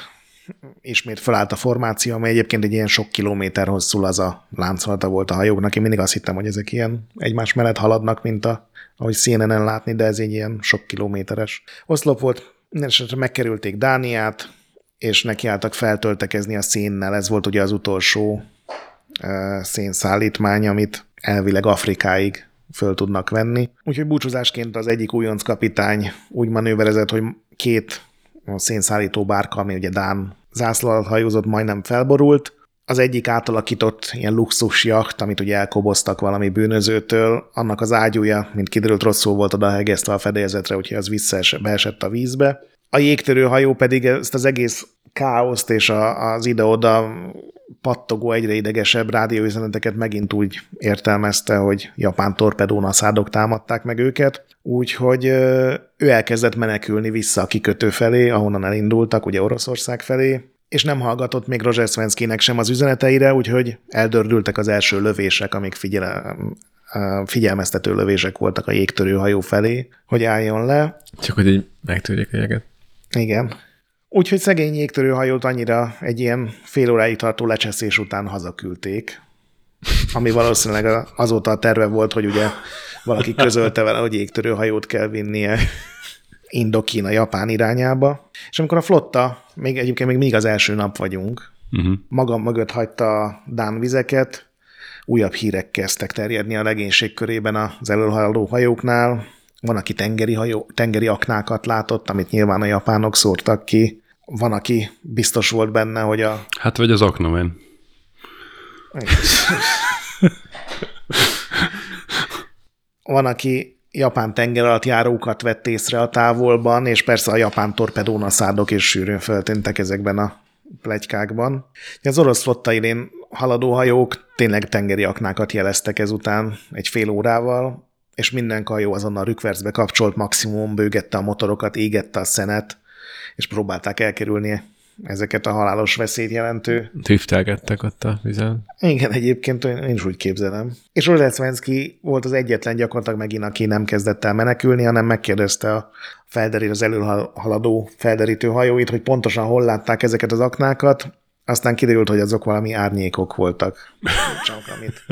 ismét felállt a formáció, amely egyébként egy ilyen sok kilométer hosszú az a láncolata volt a hajóknak. Én mindig azt hittem, hogy ezek ilyen egymás mellett haladnak, mint ahogy CNN-en látni, de ez egy ilyen sok kilométeres oszlop volt. Mindenesetre megkerülték Dániát, és nekiálltak feltöltekezni a szénnel. Ez volt ugye az utolsó szénszállítmány, amit elvileg Afrikáig föl tudnak venni. Úgyhogy búcsúzásként az egyik újonc kapitány úgy manőverezett, hogy 2 szénszállító bárka, ami ugye dán zászló alatt hajózott, majdnem felborult. Az egyik átalakított ilyen luxus jacht, amit ugye elkoboztak valami bűnözőtől, annak az ágyúja, mint kiderült, rosszul volt oda hegesztve a fedélzetre, úgyhogy az beesett a vízbe. A jégtörő hajó pedig ezt az egész káoszt és az ide-oda pattogó, egyre idegesebb rádióüzeneteket megint úgy értelmezte, hogy japán torpedónaszádok támadták meg őket, úgyhogy ő elkezdett menekülni vissza a kikötő felé, ahonnan elindultak, ugye Oroszország felé, és nem hallgatott még Rozseszvenszkinek sem az üzeneteire, úgyhogy eldördültek az első lövések, amik figyelmeztető lövések voltak a jégtörő hajó felé, hogy álljon le. Csak hogy így megtörjék a jeget. Igen. Úgyhogy szegény jégtörőhajót annyira egy ilyen fél óráig tartó lecseszés után hazaküldték, ami valószínűleg azóta a terve volt, hogy ugye valaki közölte vele, hogy jégtörőhajót kell vinnie Indokína, Japán irányába. És amikor a flotta, egyébként még mindig az első nap vagyunk, maga mögött hagyta a dán vizeket, újabb hírek kezdtek terjedni a legénység körében az elölhaladó hajóknál. Van, aki tengeri aknákat látott, amit nyilván a japánok szórtak ki. Van, aki biztos volt benne, hogy Hát vagy az aknamen. Van, aki japán tengeralattjárókat vett észre a távolban, és persze a japán torpedónaszádok is sűrűn feltűntek ezekben a pletykákban. Az orosz flotta élén haladó hajók tényleg tengeri aknákat jeleztek ezután egy fél órával, és minden hajó azonnal rükvercbe kapcsolt, maximum bőgette a motorokat, égette a szenet, és próbálták elkerülni ezeket a halálos veszélyt jelentő. Driftelgettek ott a vizen. Igen, egyébként én is úgy képzelem. És Rozseszvenszki volt az egyetlen gyakorlatilag megint, aki nem kezdett el menekülni, hanem megkérdezte az előhaladó felderítő hajóit, hogy pontosan hol látták ezeket az aknákat. Aztán kiderült, hogy azok valami árnyékok voltak. Csak amit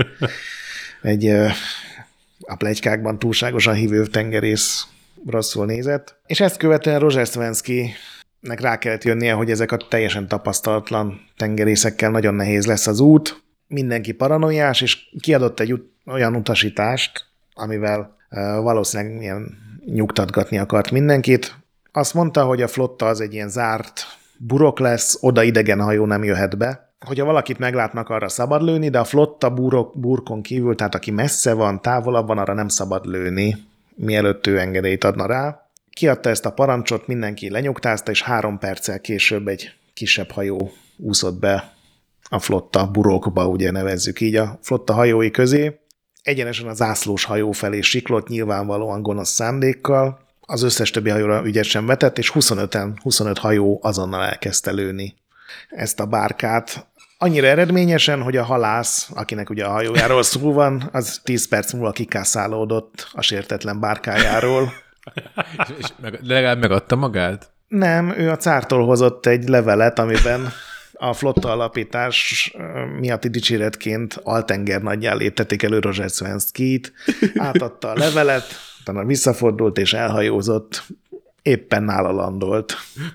a pletykákban túlságosan hívő tengerész rosszul nézett. És ezt követően Rozseszvenszkinek rá kellett jönnie, hogy ezek a teljesen tapasztalatlan tengerészekkel nagyon nehéz lesz az út. Mindenki paranoiás, és kiadott egy olyan utasítást, amivel valószínűleg ilyen nyugtatgatni akart mindenkit. Azt mondta, hogy a flotta az egy ilyen zárt burok lesz, oda idegen hajó nem jöhet be. Hogyha valakit meglátnak, arra szabad lőni, de a flotta burkon kívül, tehát aki messze van, távolabb van, arra nem szabad lőni, mielőtt ő engedélyt adna rá. Kiadta ezt a parancsot, mindenki lenyugtázta, és 3 perccel később egy kisebb hajó úszott be a flotta burokba, ugye nevezzük így, a flotta hajói közé. Egyenesen a zászlós hajó felé siklott, nyilvánvalóan gonosz szándékkal. Az összes többi hajóra ügyet sem vetett, és 25 hajó azonnal elkezdte lőni ezt a bárkát. Annyira eredményesen, hogy a halász, akinek ugye a hajójáról szó van, az 10 perc múlva kikászálódott a sértetlen bárkájáról. És legalább megadta magát? Nem, ő a cártól hozott egy levelet, amiben a flotta alapítás miatti dicséretként altengernagyjá léptették elő Rozseszvenszkit, átadta a levelet, utána visszafordult és elhajózott, éppen nála landolt.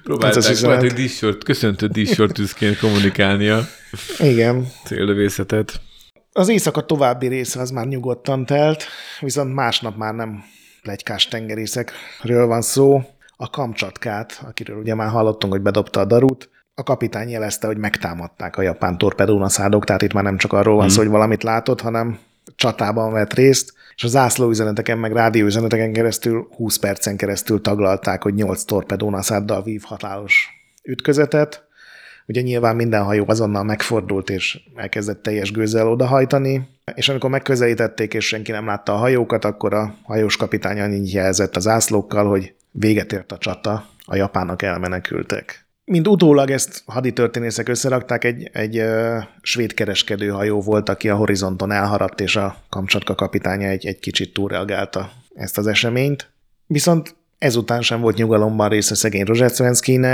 Próbálták köszöntő díszsortűzként kommunikálnia. Igen. Céllövészetet. Az éjszaka további része az már nyugodtan telt, viszont másnap már nem pletykás tengerészekről van szó. A Kamcsatkát, akiről ugye már hallottunk, hogy bedobta a darut, a kapitány jelezte, hogy megtámadták a japán torpedónaszádok, tehát itt már nem csak arról van szó, hogy valamit látott, hanem csatában vett részt, és a zászlóüzeneteken meg rádióüzeneteken keresztül 20 percen keresztül taglalták, hogy 8 torpedónaszáddal vív halálos ütközetet. Ugye nyilván minden hajó azonnal megfordult, és elkezdett teljes gőzzel odahajtani, és amikor megközelítették, és senki nem látta a hajókat, akkor a hajós kapitány annyit jelzett a zászlókkal, hogy véget ért a csata, a japánok elmenekültek. Mint utólag ezt haditörténészek összerakták, egy svéd kereskedőhajó volt, aki a horizonton elharadt, és a Kamcsatka kapitánya egy kicsit túlreagálta ezt az eseményt. Viszont ezután sem volt nyugalomban része szegény Rozseszvenszkinek,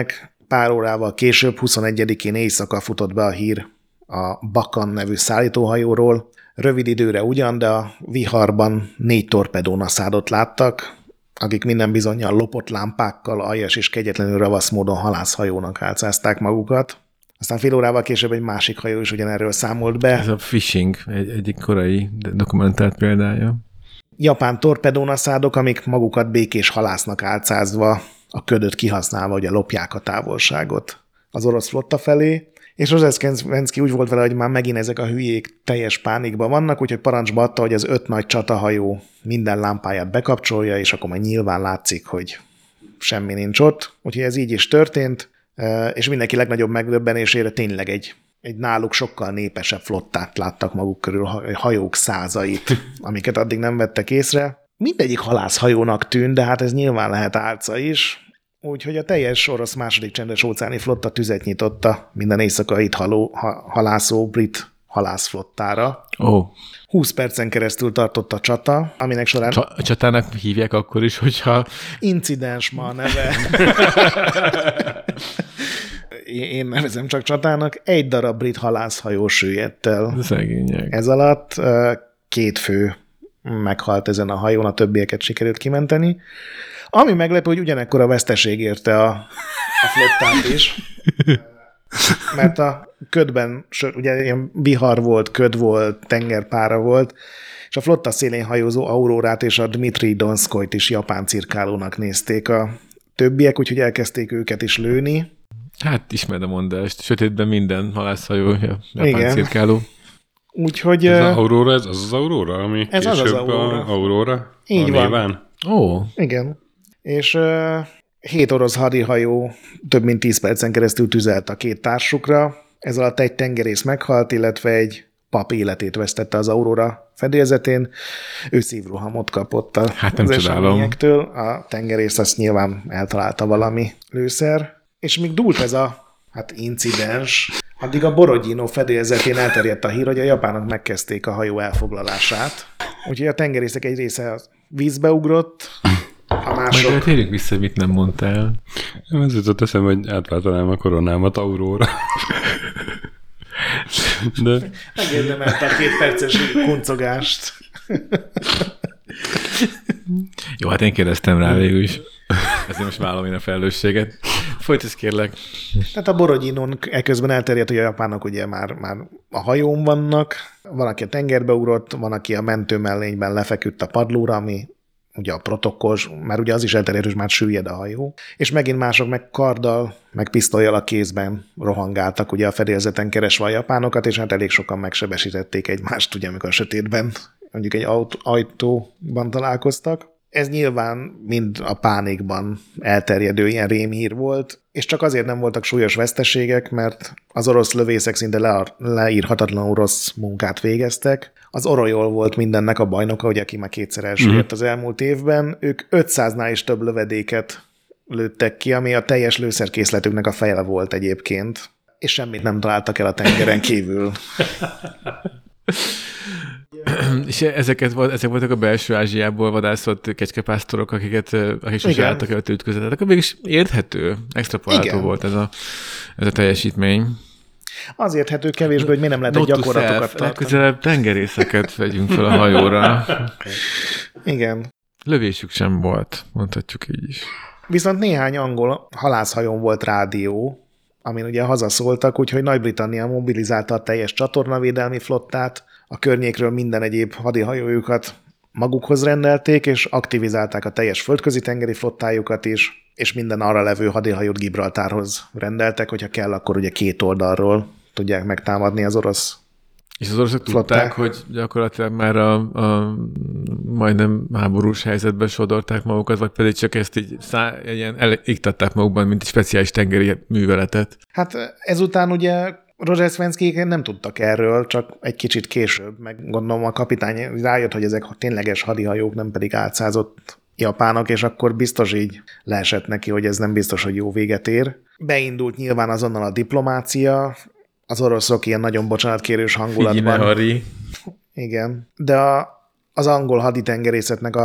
pár órával később, 21-én éjszaka futott be a hír a Bakan nevű szállítóhajóról. Rövid időre ugyan, de a viharban 4 torpedónaszádot láttak, akik minden bizonnyal lopott lámpákkal, aljas és kegyetlenül ravasz módon halászhajónak álcázták magukat. Aztán fél órával később egy másik hajó is ugyanerről számolt be. Ez a Fishing egyik korai dokumentált példája. Japán torpedónaszádok, amik magukat békés halásznak álcázva, a ködöt kihasználva, ugye lopják a távolságot az orosz flotta felé, és Rozseszkenszky úgy volt vele, hogy már megint ezek a hülyék teljes pánikban vannak, úgyhogy parancsba adta, hogy az 5 nagy csatahajó minden lámpáját bekapcsolja, és akkor már nyilván látszik, hogy semmi nincs ott. Úgyhogy ez így is történt, és mindenki legnagyobb megdöbbenésére tényleg egy náluk sokkal népesebb flottát láttak maguk körül, hajók százait, amiket addig nem vettek észre. Mindegyik halászhajónak tűnt, de hát ez nyilván lehet álca is, úgyhogy a teljes orosz második csendes óceáni flotta tüzet nyitotta minden éjszaka itt halászó brit halászflottára. 20 percen keresztül tartott a csata, aminek során... A csatának hívják akkor is, hogyha... Incidens ma a neve. Én nevezem csak csatának. 1 darab brit halászhajó süllyedt el. Szegények. Ez alatt 2 fő meghalt ezen a hajón, a többieket sikerült kimenteni. Ami meglepő, hogy ugyanekkor a veszteség érte a flottát is, mert a ködben, ugye ilyen vihar volt, köd volt, tengerpára volt, és a flotta szélén hajózó Aurórát és a Dmitri Donszkojt is japán cirkálónak nézték a többiek, úgyhogy elkezdték őket is lőni. Hát ismered a mondást, sötétben minden halászhajó, japán cirkáló. Úgyhogy... Ez az Aurora, ez az Aurora, ami ez később az Aurora. Így van. Néven? Igen. És 7 orosz hadihajó több mint 10 percen keresztül tüzelt a 2 társukra. Ez alatt egy tengerész meghalt, illetve egy pap életét vesztette az Aurora fedélzetén. Ő szívrohamot kapott az eseményektől. A tengerész azt nyilván eltalálta valami lőszer. És még dúlt ez a incidens, addig a Borodino fedélzetén elterjedt a hír, hogy a japánok megkezdték a hajó elfoglalását. Úgyhogy a tengerészek egy része a vízbe ugrott, a mások... Majd térjük vissza, mit nem mondtál. Ez jutott eszembe, hogy átváltanám a koronámat Aurora. De... Megérdemelte a 2 perces kuncogást. Jó, hát én kérdeztem rá végül is. Ezért most vállalom én a felelősséget. Folytasd kérlek. Tehát a Borodinon ekközben elterjedt, hogy a japánok ugye már a hajón vannak, van, aki a tengerbe ugrott, van, aki a mentőmellényben lefeküdt a padlóra, ami ugye a protokolls, már ugye az is elterjedt, hogy már süllyed a hajó, és megint mások meg karddal, meg pisztollyal a kézben rohangáltak ugye a fedélzeten keresve a japánokat, és hát elég sokan megsebesítették egymást, ugye amikor a sötétben mondjuk egy ajtóban találkoztak. Ez nyilván mind a pánikban elterjedő ilyen rémhír volt, és csak azért nem voltak súlyos veszteségek, mert az orosz lövészek szinte leírhatatlanul rossz munkát végeztek. Az Orojol volt mindennek a bajnoka, ugye, aki már 2-szer elsüllyedt az elmúlt évben. Ők 500-nál is több lövedéket lőttek ki, ami a teljes lőszerkészletüknek a fele volt egyébként, és semmit nem találtak el a tengeren kívül. És ezek voltak a belső Ázsiából vadászott kecskepásztorok, akik sose álltak előtt ütközetet. Akkor mégis érthető, extrapolálható volt ez a teljesítmény. Az érthető kevésbé, hogy mi nem lehet egy gyakorlatokat tartani. Legközelebb tengerészeket vegyünk fel a hajóra. Igen. Lövésük sem volt, mondhatjuk így is. Viszont néhány angol halászhajón volt rádió, amin ugye hazaszóltak, úgyhogy Nagy-Britannia mobilizálta a teljes csatornavédelmi flottát, a környékről minden egyéb hadihajójukat magukhoz rendelték, és aktivizálták a teljes földközi tengeri flottájukat is, és minden arra levő hadihajót Gibraltárhoz rendeltek, hogyha kell, akkor ugye 2 oldalról tudják megtámadni az orosz. És az oroszok tudták, hogy gyakorlatilag már a majdnem háborús helyzetben sodorták magukat, vagy pedig csak ezt így iktatták magukban, mint egy speciális tengeri műveletet? Hát ezután ugye Rozseszkenszkyék nem tudtak erről, csak egy kicsit később, meg gondolom a kapitány rájött, hogy ezek tényleges hadihajók, nem pedig álcázott japánok, és akkor biztos így leesett neki, hogy ez nem biztos, hogy jó véget ér. Beindult nyilván azonnal a diplomácia, az oroszok ilyen nagyon bocsánatkérős hangulatban. Figyelj, Harry. Igen, de az angol haditengerészetnek a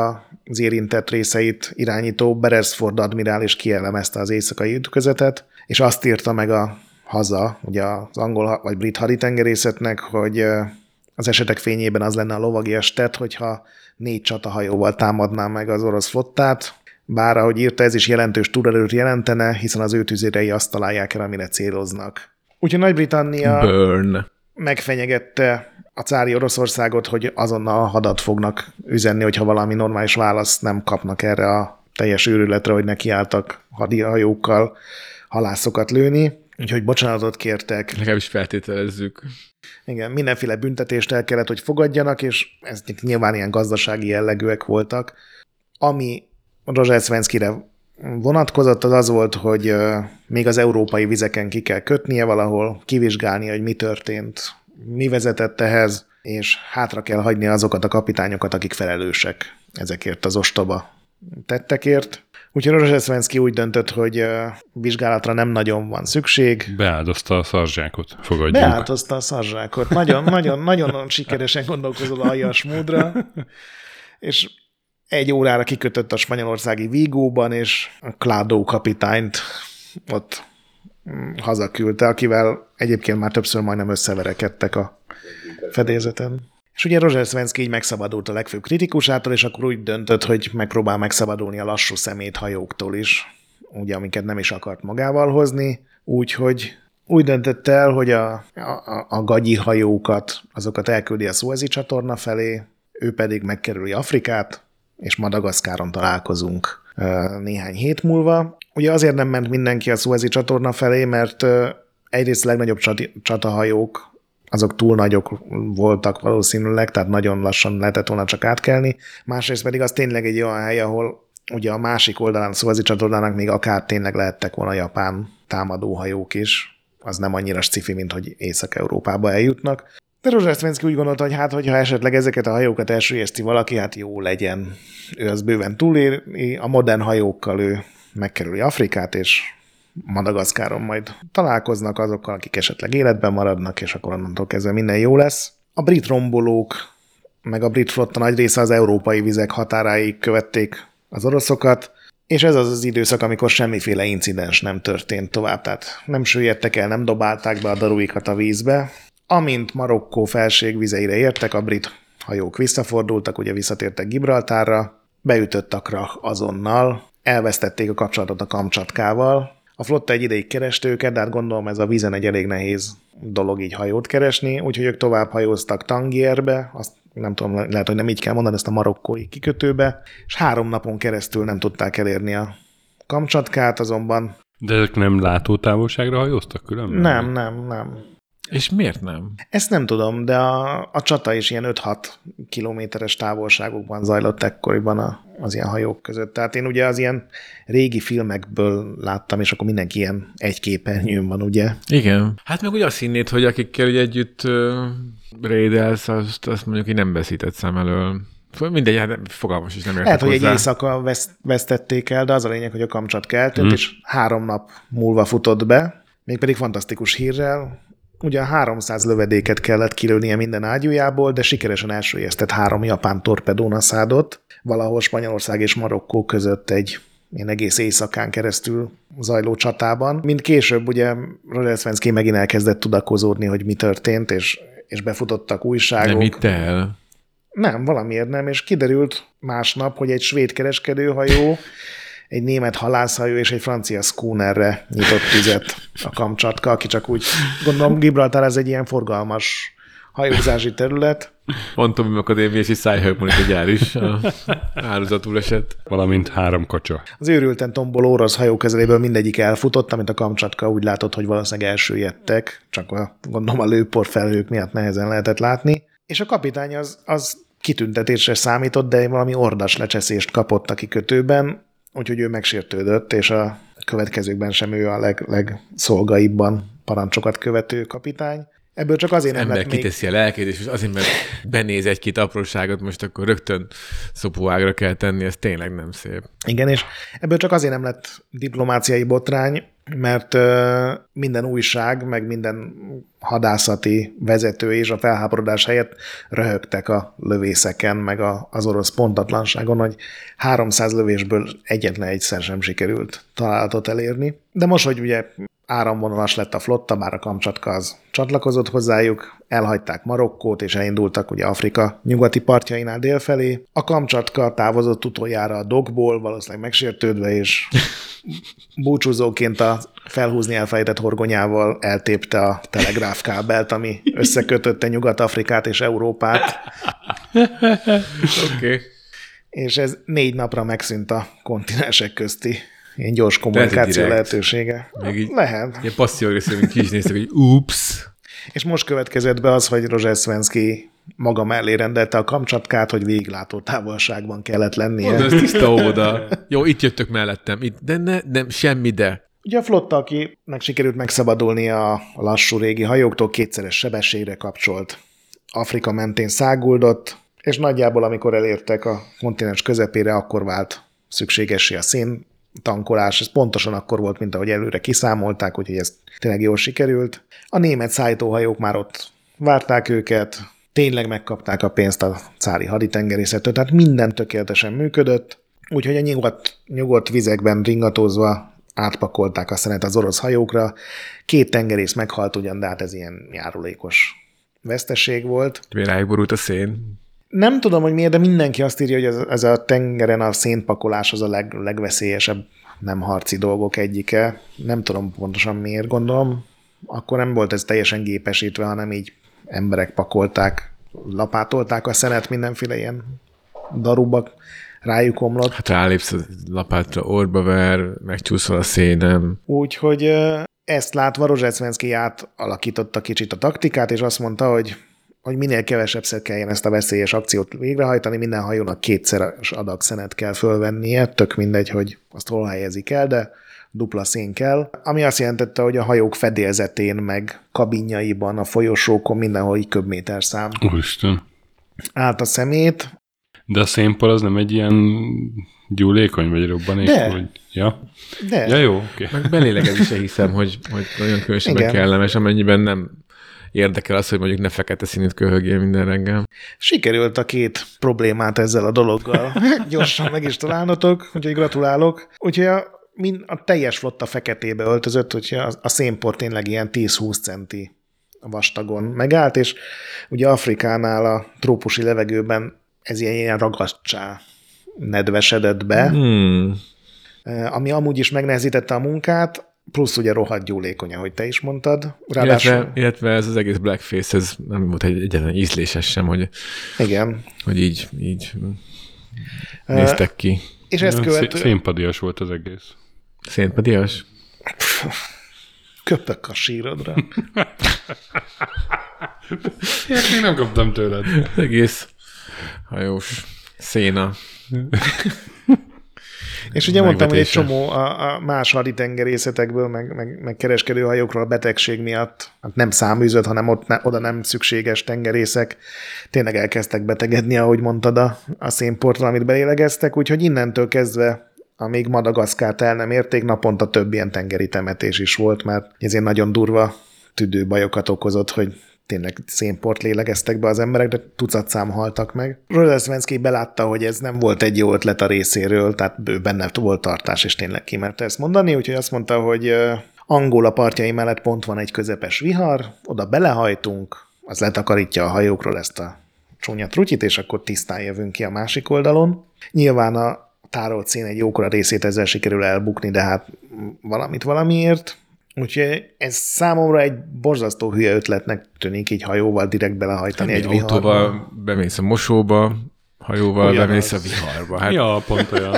az érintett részeit irányító Beresford admirális kielemezte az éjszakai ütközetet, és azt írta meg a haza, ugye az angol vagy brit haditengerészetnek, hogy az esetek fényében az lenne a lovagi estet, hogyha 4 csatahajóval támadná meg az orosz flottát, bár ahogy írta, ez is jelentős túlerőt jelentene, hiszen az ő tüzérei azt találják el, amire céloznak. Úgyhogy Nagy-Britannia megfenyegette a cári Oroszországot, hogy azonnal hadat fognak üzenni, hogyha valami normális választ nem kapnak erre a teljes őrületre, hogy nekiálltak hadihajókkal halászokat lőni. Úgyhogy bocsánatot kértek. Legalábbis feltételezzük. Igen, mindenféle büntetést el kellett, hogy fogadjanak, és ezek nyilván ilyen gazdasági jellegűek voltak. Ami Rozseszvenszkire vonatkozott, az volt, hogy még az európai vizeken ki kell kötnie valahol, kivizsgálni, hogy mi történt, mi vezetett ehhez, és hátra kell hagyni azokat a kapitányokat, akik felelősek ezekért az ostoba tettekért. Úgyhogy Rozseszvenszki úgy döntött, hogy vizsgálatra nem nagyon van szükség. Beáldozta a szarzsákot, fogadjunk. Beáldozta a szarzsákot. Nagyon sikeresen gondolkozol a aljas módra. És 1 órára kikötött a spanyolországi Vigóban, és a Kládó kapitányt ott hazaküldte, akivel egyébként már többször majdnem összeverekedtek a fedélzeten. És ugye Rozseszvenszki így megszabadult a legfőbb kritikusától, és akkor úgy döntött, hogy megpróbál megszabadulni a lassú szeméthajóktól is, ugye, amiket nem is akart magával hozni, úgyhogy úgy döntött el, hogy a gagyi hajókat, azokat elküldi a Szuezi csatorna felé, ő pedig megkerüli Afrikát, és Madagaszkáron találkozunk néhány hét múlva. Ugye azért nem ment mindenki a Szuezi csatorna felé, mert egyrészt a legnagyobb csatahajók, azok túl nagyok voltak valószínűleg, tehát nagyon lassan lehetett volna csak átkelni. Másrészt pedig az tényleg egy olyan hely, ahol ugye a másik oldalán, a Szuezi csatornának még akár tényleg lehettek volna japán támadóhajók is. Az nem annyira sci-fi, mint hogy Észak-Európába eljutnak. De Rozseszvenszki úgy gondolta, hogy hát, hogyha esetleg ezeket a hajókat elsüllyeszti valaki, hát jó legyen. Ő az bőven túléri, a modern hajókkal ő megkerüli Afrikát, és Madagaszkáron majd találkoznak azokkal, akik esetleg életben maradnak, és akkor onnantól kezdve minden jó lesz. A brit rombolók, meg a brit flotta nagy része az európai vizek határáig követték az oroszokat, és ez az az időszak, amikor semmiféle incidens nem történt tovább, tehát nem süllyedtek el, nem dobálták be a daruikat a vízbe. Amint Marokkó felségvizeire értek, a brit hajók visszafordultak, ugye visszatértek Gibraltárra, beütött Akra azonnal, elvesztették a kapcsolatot a Kamcsatkával. A flotta egy ideig kereste őket, de hát gondolom ez a vízen egy elég nehéz dolog így hajót keresni, úgyhogy ők tovább hajóztak Tangierbe, azt nem tudom, lehet, hogy nem így kell mondani, ezt a marokkói kikötőbe, és 3 napon keresztül nem tudták elérni a Kamcsatkát azonban. De ezek nem látótávolságra hajóztak különben? Nem. És miért nem? Ezt nem tudom, de a csata is ilyen 5-6 kilométeres távolságokban zajlott ekkoriban az ilyen hajók között. Tehát én ugye az ilyen régi filmekből láttam, és akkor mindenki ilyen egy képernyőn van, ugye? Igen. Hát meg ugye azt hinnéd, hogy akikkel ugye együtt rédelsz, azt mondjuk így nem veszített szem elől. Mindegy, hát fogalmas is nem értek lehet, hozzá. hogy egy éjszaka vesztették el, de az a lényeg, hogy a Kamcsatka eltűnt, és 3 nap múlva futott be, mégpedig fantasztikus hírrel. Ugyan 300 lövedéket kellett kilőnie minden ágyújából, de sikeresen elsüllyesztett 3 japán torpedónaszádot, valahol Spanyolország és Marokkó között egy ilyen egész éjszakán keresztül zajló csatában. Mint később ugye Rozseszvenszki megint elkezdett tudakozódni, hogy mi történt, és befutottak újságok. Nem hitt el. Nem, valamiért nem, és kiderült másnap, hogy egy svéd kereskedőhajó, egy német halászhajó és egy francia schoonerre nyitott tüzet a Kamcsatka, aki csak úgy, gondolom, Gibraltár ez egy ilyen forgalmas hajózási terület. Mondtam, akadémiai és szájhajóponika gyár is áldozatul esett. Valamint 3 kacsa. Az őrülten tomboló orosz hajó közeléből mindegyik elfutott, amit a Kamcsatka úgy látott, hogy valószínűleg elsüllyedtek, csak gondolom a lőpor felhők miatt nehezen lehetett látni. És a kapitány az kitüntetésre számított, de valami ordas lecseszést kapott a kikötőben, úgyhogy ő megsértődött, és a következőkben sem ő a legszolgaibban parancsokat követő kapitány. Ebből csak azért nem lett még... kiteszi a lelkét, és azért, mert benéz egy-két apróságot, most akkor rögtön szopóágra kell tenni, ez tényleg nem szép. Igen, és ebből csak azért nem lett diplomáciai botrány, mert minden újság, meg minden hadászati vezető és a felháborodás helyett röhögtek a lövészeken, meg az orosz pontatlanságon, hogy 300 lövésből egyetlen egyszer sem sikerült találatot elérni. De most, hogy ugye áramvonalas lett a flotta, bár a Kamcsatka az csatlakozott hozzájuk, elhagyták Marokkót, és elindultak ugye Afrika nyugati partjainál délfelé. A Kamcsatka távozott utoljára a dokkból, valószínűleg megsértődve, és búcsúzóként a felhúzni elfelejtett horgonyával eltépte a telegráfkábelt, ami összekötötte Nyugat-Afrikát és Európát. Oké. És ez 4 napra megszűnt a kontinensek közti ilyen gyors kommunikáció lehetősége. Lehet. Ilyen passzív-agresszív, ki is néztek, hogy ups. És most következett be az, hogy Rozseszvenszky maga mellé rendelte a Kamcsatkát, hogy végiglátó távolságban kellett lennie. Ez tiszta óvoda. Jó, itt jöttök mellettem, de semmi de. Ugye a flotta, akinek sikerült megszabadulni a lassú régi hajóktól, 2-szeres sebességre kapcsolt. Afrika mentén száguldott, és nagyjából amikor elértek a kontinens közepére, akkor vált szükségessé a széntankolás. Ez pontosan akkor volt, mint ahogy előre kiszámolták, úgyhogy ez tényleg jól sikerült. A német szállítóhajók már ott várták őket, tényleg megkapták a pénzt a cári haditengerészettől, tehát minden tökéletesen működött, úgyhogy a nyugodt vizekben ringatózva átpakolták a szenet az orosz hajókra. 2 tengerész meghalt ugyan, de hát ez ilyen járulékos veszteség volt. Rájuk borult a szén. Nem tudom, hogy miért, de mindenki azt írja, hogy ez a tengeren a szénpakolás az a legveszélyesebb nem harci dolgok egyike. Nem tudom pontosan miért, gondolom. Akkor nem volt ez teljesen gépesítve, hanem így emberek pakolták, lapátolták a szenet, mindenféle ilyen darubak rájuk omlott. Hát rálépsz a lapátra, orba ver, megcsúszol a szénem. Úgyhogy ezt látva Rozseszvenszky átalakította kicsit a taktikát, és azt mondta, hogy minél kevesebbszer kelljen ezt a veszélyes akciót végrehajtani, minden hajónak 2-szeres adag szenet kell fölvennie, tök mindegy, hogy azt hol helyezik el, de dupla szén kell, ami azt jelentette, hogy a hajók fedélzetén, meg kabinjaiban, a folyosókon mindenhol így köbméterszám. Úristen. Állt a szemét. De a szénpor az nem egy ilyen gyúlékony vagy robbanék? De. Vagy... Ja? De. Ja, jó, oké. Meg belélegedni se hiszem, hogy nagyon különösebben kellemes, amennyiben nem érdekel az, hogy mondjuk ne fekete színűt köhögjél minden reggel. Sikerült a 2 problémát ezzel a dologgal. Gyorsan meg is találnotok, úgyhogy gratulálok. Úgyhogy a teljes flotta feketébe öltözött, úgyhogy a szénpor tényleg ilyen 10-20 centi vastagon megállt, és ugye Afrikánál a trópusi levegőben ez ilyen ragasztsá nedvesedett be, ami amúgy is megnehezítette a munkát, plusz ugye rohadt gyúlékony, ahogy te is mondtad. Illetve ez az egész blackface, ez nem volt egyetlen ízléses sem, hogy, igen. Hogy így néztek ki. És ezt követő... Szénpadias volt az egész. Szénpadias? Köpök a sírodra. Ilyet még nem kaptam tőled. Egész hajós széna. És ugye mondtam, hogy egy csomó a más haditengerészetekből, meg kereskedőhajókról a betegség miatt hát nem száműzött, hanem oda nem szükséges tengerészek tényleg elkezdtek betegedni, ahogy mondtad a szénporttal, amit belélegeztek, úgyhogy innentől kezdve, amíg Madagaszkárt el nem érték, naponta több ilyen tengeri temetés is volt, mert ezért nagyon durva tüdőbajokat okozott, hogy tényleg szénport lélegeztek be az emberek, de tucatszám haltak meg. Rozseszvenszky belátta, hogy ez nem volt egy jó ötlet a részéről, tehát benne volt tartás, és tényleg kimerte ezt mondani, úgyhogy azt mondta, hogy Angola partjai mellett pont van egy közepes vihar, oda belehajtunk, az letakarítja a hajókról ezt a csúnya trutyit, és akkor tisztán jövünk ki a másik oldalon. Nyilván a tárolt szén egy jókora részét ezzel sikerül elbukni, de hát valamiért. Úgyhogy ez számomra egy borzasztó hülye ötletnek tűnik így hajóval direkt belehajtani egy viharba. Autóval bemész a mosóba, hajóval ugyanaz. Bemész a viharba. Hát... Ja, pont olyan.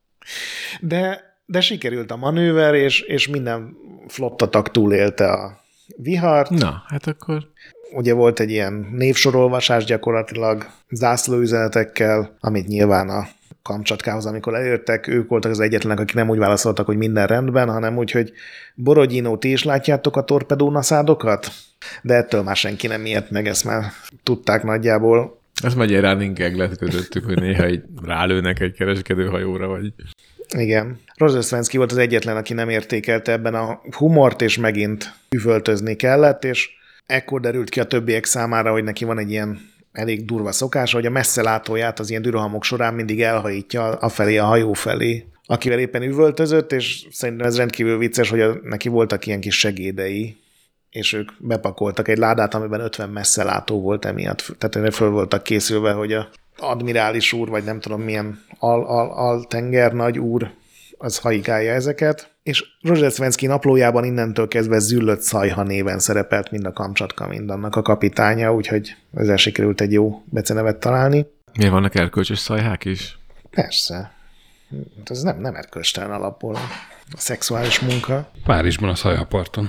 De sikerült a manőver, és minden flottatag túlélte a vihart. Na, hát akkor... Ugye volt egy ilyen névsorolvasás gyakorlatilag zászlóüzenetekkel, amit nyilván a Kamcsatkához, amikor elértek, ők voltak az egyetlenek, akik nem úgy válaszoltak, hogy minden rendben, hanem úgy, hogy Borodino, ti is látjátok a torpedónaszádokat? De ettől már senki nem ijedt meg, ezt már tudták nagyjából. Ez már egy running gag lett közöttük, hogy néha így rálőnek egy kereskedőhajóra, vagy... Igen. Rozseszvenszky volt az egyetlen, aki nem értékelte ebben a humort, és megint üvöltözni kellett, és ekkor derült ki a többiek számára, hogy neki van egy ilyen elég durva szokása, hogy a messzelátóját az ilyen dűrohamok során mindig elhajítja afelé a hajó felé, akivel éppen üvöltözött, és szerintem ez rendkívül vicces, hogy neki voltak ilyen kis segédei, és ők bepakoltak egy ládát, amiben 50 messzelátó volt emiatt. Tehát erre föl voltak készülve, hogy a admirális úr, vagy nem tudom milyen altengernagy úr, az haigálja ezeket. És Rozseszvenszky naplójában innentől kezdve Züllött Szajha néven szerepelt mind a Kamcsatka, mind annak a kapitánya, úgyhogy ezzel sikerült egy jó becenevet találni. Miért vannak erkölcsös szajhák is? Persze. Ez nem erkölcstelen alapból a szexuális munka. Párizsban a Szajhaparton.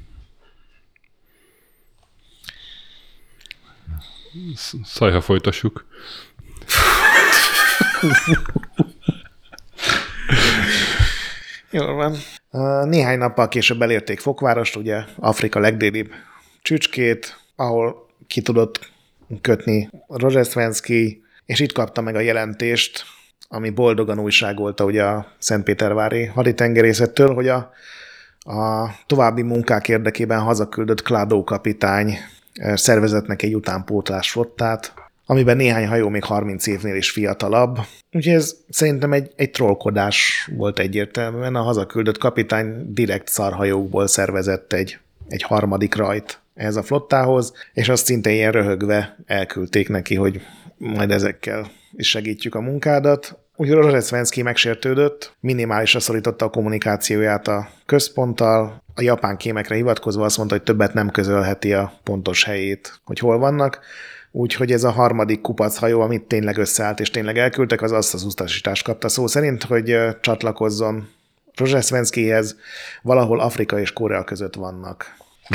Szajha folytassuk. Jól van. Néhány nappal később elérték Fokvárost, ugye Afrika legdélibb csücskét, ahol ki tudott kötni Rozseszvenszky, és itt kapta meg a jelentést, ami boldogan újságolta ugye a Szentpétervári haditengerészettől, hogy a további munkák érdekében hazaküldött Kládó kapitány szervezetnek egy utánpótlás flottát, amiben néhány hajó még 30 évnél is fiatalabb. Úgyhogy ez szerintem egy trollkodás volt egyértelműen. A hazaküldött kapitány direkt szarhajókból szervezett egy harmadik rajt ehhez a flottához, és azt szinte ilyen röhögve elküldték neki, hogy majd ezekkel is segítjük a munkádat. Úgyhogy Rozseszvenszky megsértődött, minimálisra szorította a kommunikációját a központtal, a japán kémekre hivatkozva azt mondta, hogy többet nem közölheti a pontos helyét, hogy hol vannak. Úgyhogy ez a harmadik kupachajó, amit tényleg összeállt és tényleg elküldtek, az azt az utasítást kapta szó szerint, hogy csatlakozzon Rozseszvenszkyhez, valahol Afrika és Korea között vannak.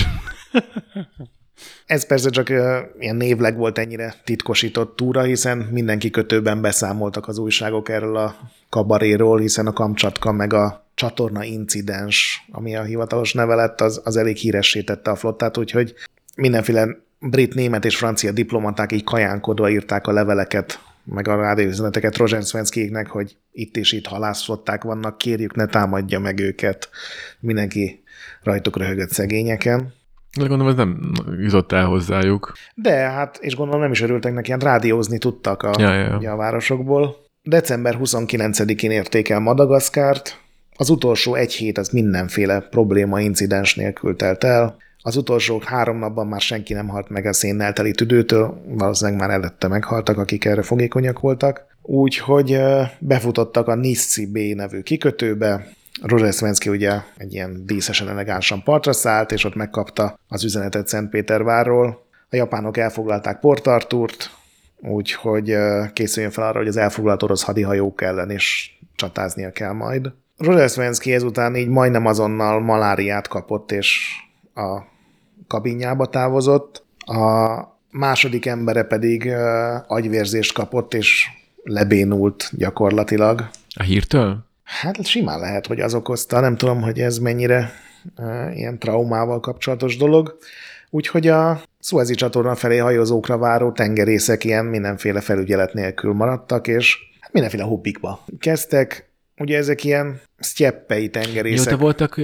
Ez persze csak ilyen névleg volt ennyire titkosított túra, hiszen minden kikötőben beszámoltak az újságok erről a kabaréról, hiszen a Kamcsatka meg a csatorna incidens, ami a hivatalos neve lett, az elég híressé tette a flottát, úgyhogy mindenféle brit, német és francia diplomaták így kajánkodva írták a leveleket, meg a rádióüzeneteket Rozseszvenszkynek, hogy itt és itt halászflották vannak, kérjük, ne támadja meg őket. Mindenki rajtuk röhögött szegényeken. De gondolom, ez nem jutott el hozzájuk. De hát, és gondolom nem is örültek neki, hát rádiózni tudtak a városokból. December 29-én érték el Madagaszkárt. Az utolsó egy hét az mindenféle probléma, incidens nélkül telt el. Az utolsó 3 napban már senki nem halt meg a szénnel teli tüdőtől, valószínűleg már előtte meghaltak, akik erre fogékonyak voltak. Úgyhogy befutottak a Niszi B nevű kikötőbe. Rozseszvenszky ugye egy ilyen díszesen elegánsan partra szállt, és ott megkapta az üzenetet Szentpétervárról. A japánok elfoglalták Port Arthurt, úgyhogy készüljön fel arra, hogy az elfoglalt orosz hadihajók ellen is csatáznia kell majd. Rozseszvenszky ezután így majdnem azonnal maláriát kapott, és a kabinjába távozott. A második embere pedig agyvérzést kapott, és lebénult gyakorlatilag. A hírtől? Hát simán lehet, hogy az okozta. Nem tudom, hogy ez mennyire ilyen traumával kapcsolatos dolog. Úgyhogy a Szuezi csatorna felé hajózókra váró tengerészek ilyen mindenféle felügyelet nélkül maradtak, és mindenféle hobbikba kezdtek. Ugye ezek ilyen sztyeppei tengerészek. Mióta voltak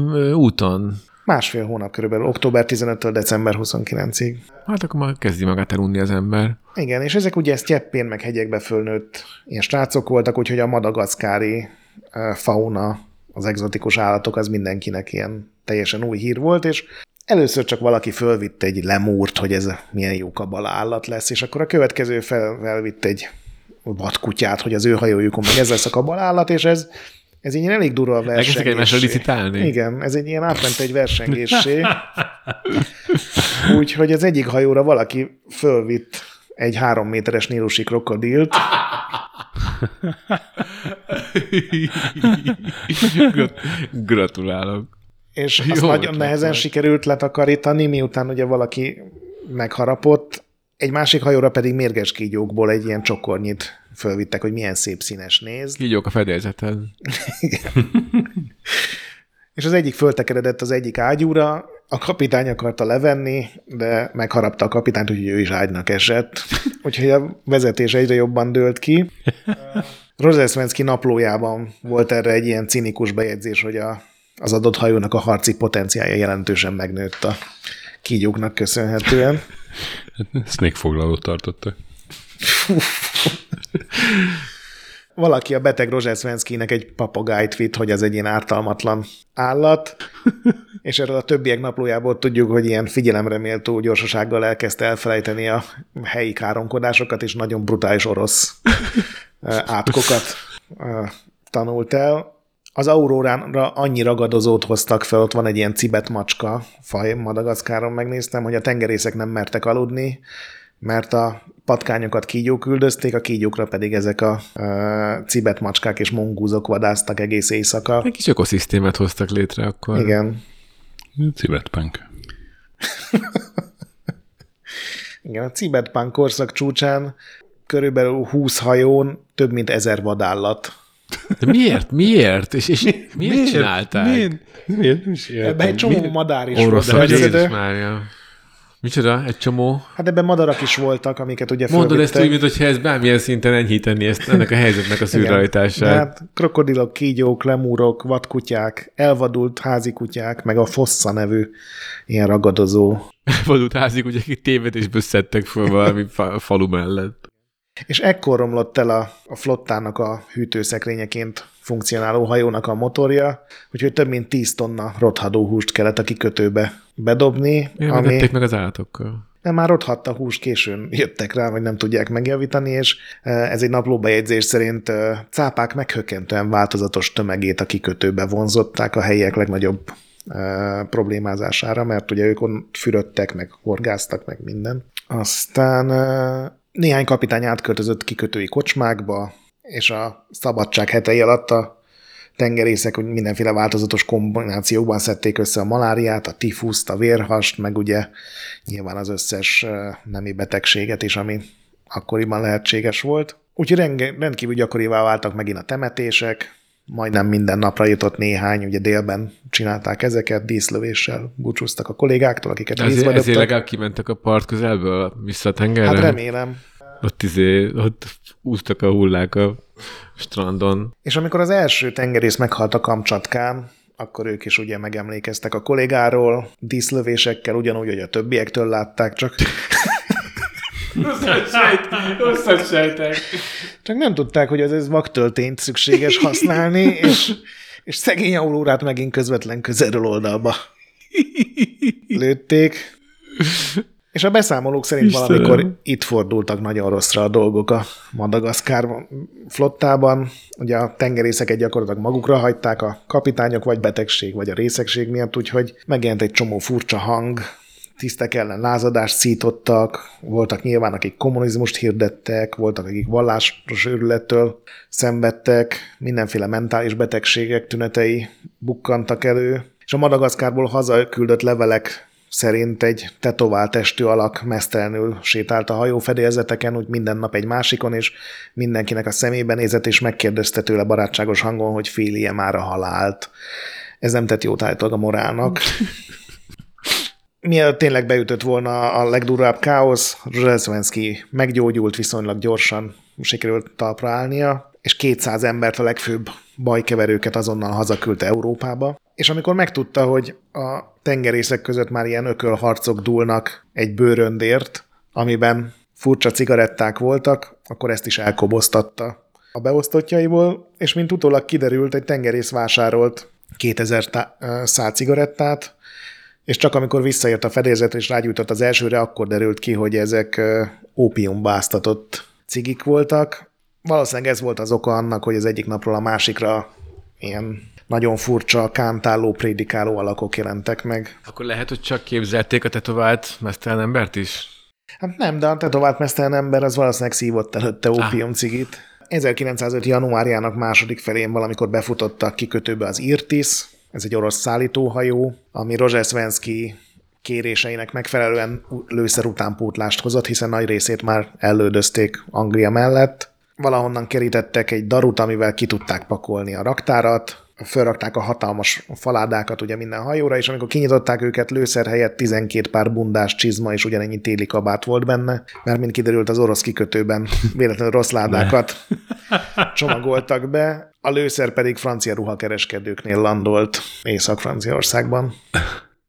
úton? 1,5 hónap körülbelül, október 15-től december 29-ig. Hát akkor már kezdi magát elunni az ember. Igen, és ezek ugye sztyeppén meg hegyekbe fölnőtt ilyen srácok voltak, úgyhogy a madagaszkári fauna, az egzotikus állatok, az mindenkinek ilyen teljesen új hír volt, és először csak valaki fölvitt egy lemúrt, hogy ez milyen jó kabala állat lesz, és akkor a következő felvitt egy vadkutyát, hogy az ő hajójukon meg ez lesz a kabala állat, és ez egy ilyen elég durva versengéssé. Elkezdtek egymásra licitálni? Igen, ez egy ilyen átment egy versengéssé. Úgyhogy az egyik hajóra valaki fölvitt egy 3 méteres nílusi krokodilt. Gratulálok. És azt nagyon nehezen sikerült letakarítani, miután ugye valaki megharapott. Egy másik hajóra pedig mérges kígyókból egy ilyen csokornyit fölvittek, hogy milyen szép színes néz. Kígyók a fedélzeten. És az egyik föltekeredett az egyik ágyúra, a kapitány akarta levenni, de megharapta a kapitányt, úgyhogy ő is ágynak esett. Úgyhogy a vezetés egyre jobban dőlt ki. Rozseszvenszky naplójában volt erre egy ilyen cinikus bejegyzés, hogy az adott hajónak a harci potenciálja jelentősen megnőtt a kígyóknak köszönhetően. Snake-foglalót tartottak. Valaki a beteg Roger Svenskinek egy papagájt vitt, hogy az egy ilyen ártalmatlan állat, és erről a többiek naplójából tudjuk, hogy ilyen figyelemre méltó gyorsasággal elkezdte elfelejteni a helyi káromkodásokat, és nagyon brutális orosz átkokat tanult el. Az Auróránra annyi ragadozót hoztak fel, ott van egy ilyen cibetmacska faj, Madagaszkáron megnéztem, hogy a tengerészek nem mertek aludni, mert a patkányokat kígyók üldözték, a kígyókra pedig ezek a cibetmacskák és mongúzok vadásztak egész éjszaka. Egy kis ökoszisztémát hoztak létre akkor. Igen. Cibetpunk. Igen, a cibetpunk korszak csúcsán körülbelül 20 hajón több mint 1000 vadállat. De miért? Miért? És miért csinálták? Miért? Ebben egy csomó madár is Orosz, volt. Jézus Mária. Micsoda? Egy csomó? Hát ebben madarak is voltak, amiket ugye Mondod ezt fölvittek. úgy, mintha ez bármilyen szinten enyhíteni ennek a helyzetnek a szürrealitását. Hát krokodilok, kígyók, lemúrok, vadkutyák, elvadult házikutyák, meg a Fossa nevű ilyen ragadozó. Elvadult házikutyák, akik tévedésből szedtek föl valami falu mellett. És ekkor romlott el a flottának a hűtőszekrényeként funkcionáló hajónak a motorja, úgyhogy több mint 10 tonna rothadó húst kellett a kikötőbe bedobni. Ami meg az állatokkal. Nem, már rothadta húst, későn jöttek rá, vagy nem tudják megjavítani, és ez egy naplóbejegyzés szerint cápák meghökkentően változatos tömegét a kikötőbe vonzották a helyiek legnagyobb problémázására, mert ugye ők ott fürödtek, meg horgáztak, meg minden. Aztán néhány kapitány átköltözött kikötői kocsmákba, és a szabadság hetei alatt a tengerészek mindenféle változatos kombinációkban szedték össze a maláriát, a tifuszt, a vérhast, meg ugye nyilván az összes nemi betegséget is, ami akkoriban lehetséges volt. Úgyhogy rendkívül gyakorivá váltak megint a temetések, majdnem minden napra jutott néhány, ugye délben csinálták ezeket, díszlövéssel búcsúztak a kollégáktól, akiket vízbe dobtak. Ezért legalább kimentek a part közelből, vissza a tengerre? Hát remélem. Ott úsztak a hullák a strandon. És amikor az első tengerész meghalt a Kamcsatkán, akkor ők is ugye megemlékeztek a kollégáról, díszlövésekkel, ugyanúgy, hogy a többiektől látták, csak... Rosszat sejtek. Csak nem tudták, hogy ez vaktöltényt szükséges használni, és szegény Aurórát megint közvetlen közelről oldalba lőtték. És a beszámolók szerint Istenem. valamikor itt fordultak nagyon rosszra a dolgok a Madagaszkár flottában. Ugye a tengerészeket gyakorlatilag magukra hagyták, a kapitányok vagy betegség, vagy a részegség miatt, úgyhogy megjelent egy csomó furcsa hang, tisztek ellen lázadást szítottak, voltak nyilván, akik kommunizmust hirdettek, voltak, akik vallásos őrülettől szenvedtek, mindenféle mentális betegségek tünetei bukkantak elő, és a Madagaszkárból hazaküldött levelek szerint egy tetovált testű alak meztelenül sétált a hajófedélzeteken, úgy minden nap egy másikon, és mindenkinek a szemébe nézett, és megkérdezte tőle barátságos hangon, hogy féli-e már a halált. Ez nem tett jót állítólag a morálnak. Mielőtt tényleg beütött volna a legdurvább káosz, Rozseszvenszky meggyógyult, viszonylag gyorsan sikerült talpra állnia, és 200 embert, a legfőbb bajkeverőket azonnal hazaküldte Európába. És amikor megtudta, hogy a tengerészek között már ilyen ökölharcok dúlnak egy bőröndért, amiben furcsa cigaretták voltak, akkor ezt is elkoboztatta a beosztottjaiból, és mint utólag kiderült, egy tengerész vásárolt 2000 szál cigarettát, és csak amikor visszaért a fedélzetre és rágyújtott az elsőre, akkor derült ki, hogy ezek ópiumba áztatott cigik voltak. Valószínűleg ez volt az oka annak, hogy az egyik napról a másikra ilyen nagyon furcsa, kántáló, prédikáló alakok jelentek meg. Akkor lehet, hogy csak képzelték a tetovált meztelen embert is? Hát nem, de a tetovált meztelen ember az valószínűleg szívott előtte ópiumcigit. 1905. januárjának második felén valamikor befutott a kikötőbe az Irtis, ez egy orosz szállítóhajó, ami Rozseszvenszky kéréseinek megfelelően lőszer utánpótlást hozott, hiszen nagy részét már ellődözték Anglia mellett. Valahonnan kerítettek egy darut, amivel ki tudták pakolni a raktárat, fölrakták a hatalmas faládákat ugye minden hajóra, és amikor kinyitották őket, lőszer helyett 12 pár bundás csizma és ugyanennyi téli kabát volt benne, mert mint kiderült, az orosz kikötőben véletlenül rossz ládákat csomagoltak be, a lőszer pedig francia ruhakereskedőknél landolt Észak-Franciaországban.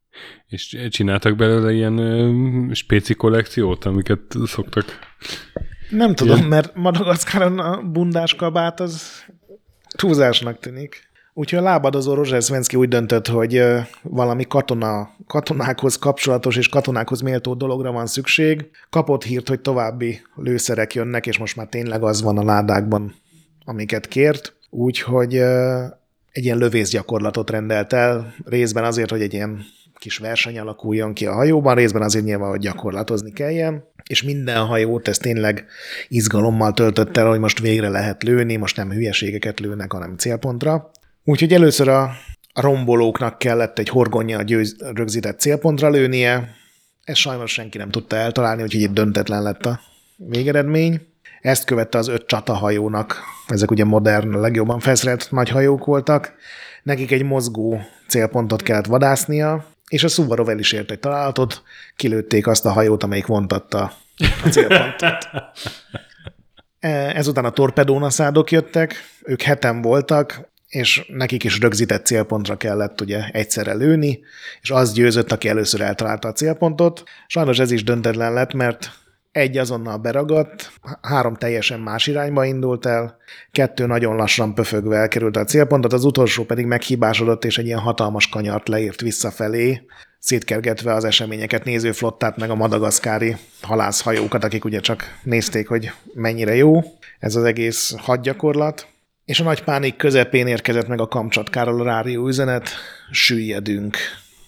És csináltak belőle ilyen spéci kollekciót, amiket szoktak? Nem tudom, mert Madagaszkáron a bundás kabát az túlzásnak tűnik. Úgyhogy a lábadozó Rozseszvenszky úgy döntött, hogy valami katonákhoz kapcsolatos és katonákhoz méltó dologra van szükség. Kapott hírt, hogy további lőszerek jönnek, és most már tényleg az van a ládákban, amiket kért. Úgyhogy egy ilyen lövészgyakorlatot rendelt el, részben azért, hogy egy ilyen kis verseny alakuljon ki a hajóban, részben azért nyilván, hogy gyakorlatozni kelljen, és minden hajót ez tényleg izgalommal töltött el, hogy most végre lehet lőni, most nem hülyeségeket lőnek, hanem célpontra. Úgyhogy először a rombolóknak kellett egy horgonnyal rögzített célpontra lőnie, ezt sajnos senki nem tudta eltalálni, úgyhogy itt döntetlen lett a végeredmény. Ezt követte az 5 csatahajónak, ezek ugye modern, legjobban felszerelt nagy hajók voltak, nekik egy mozgó célpontot kellett vadásznia, és a Suvorov el is ért egy találatot, kilőtték azt a hajót, amelyik vontatta a célpontot. Ezután a torpedónaszádok jöttek, ők 7-en voltak, és nekik is rögzített célpontra kellett ugye egyszerre lőni, és az győzött, aki először eltalálta a célpontot. Sajnos ez is döntetlen lett, mert egy azonnal beragadt, 3 teljesen más irányba indult el, 2 nagyon lassan pöfögve elkerült a célpontot, az utolsó pedig meghibásodott, és egy ilyen hatalmas kanyart leírt visszafelé, szétkergetve az eseményeket néző flottát, meg a madagaszkári halászhajókat, akik ugye csak nézték, hogy mennyire jó ez az egész hadgyakorlat. És a nagy pánik közepén érkezett meg a Kamcsatkáról a rádió üzenet, süllyedünk.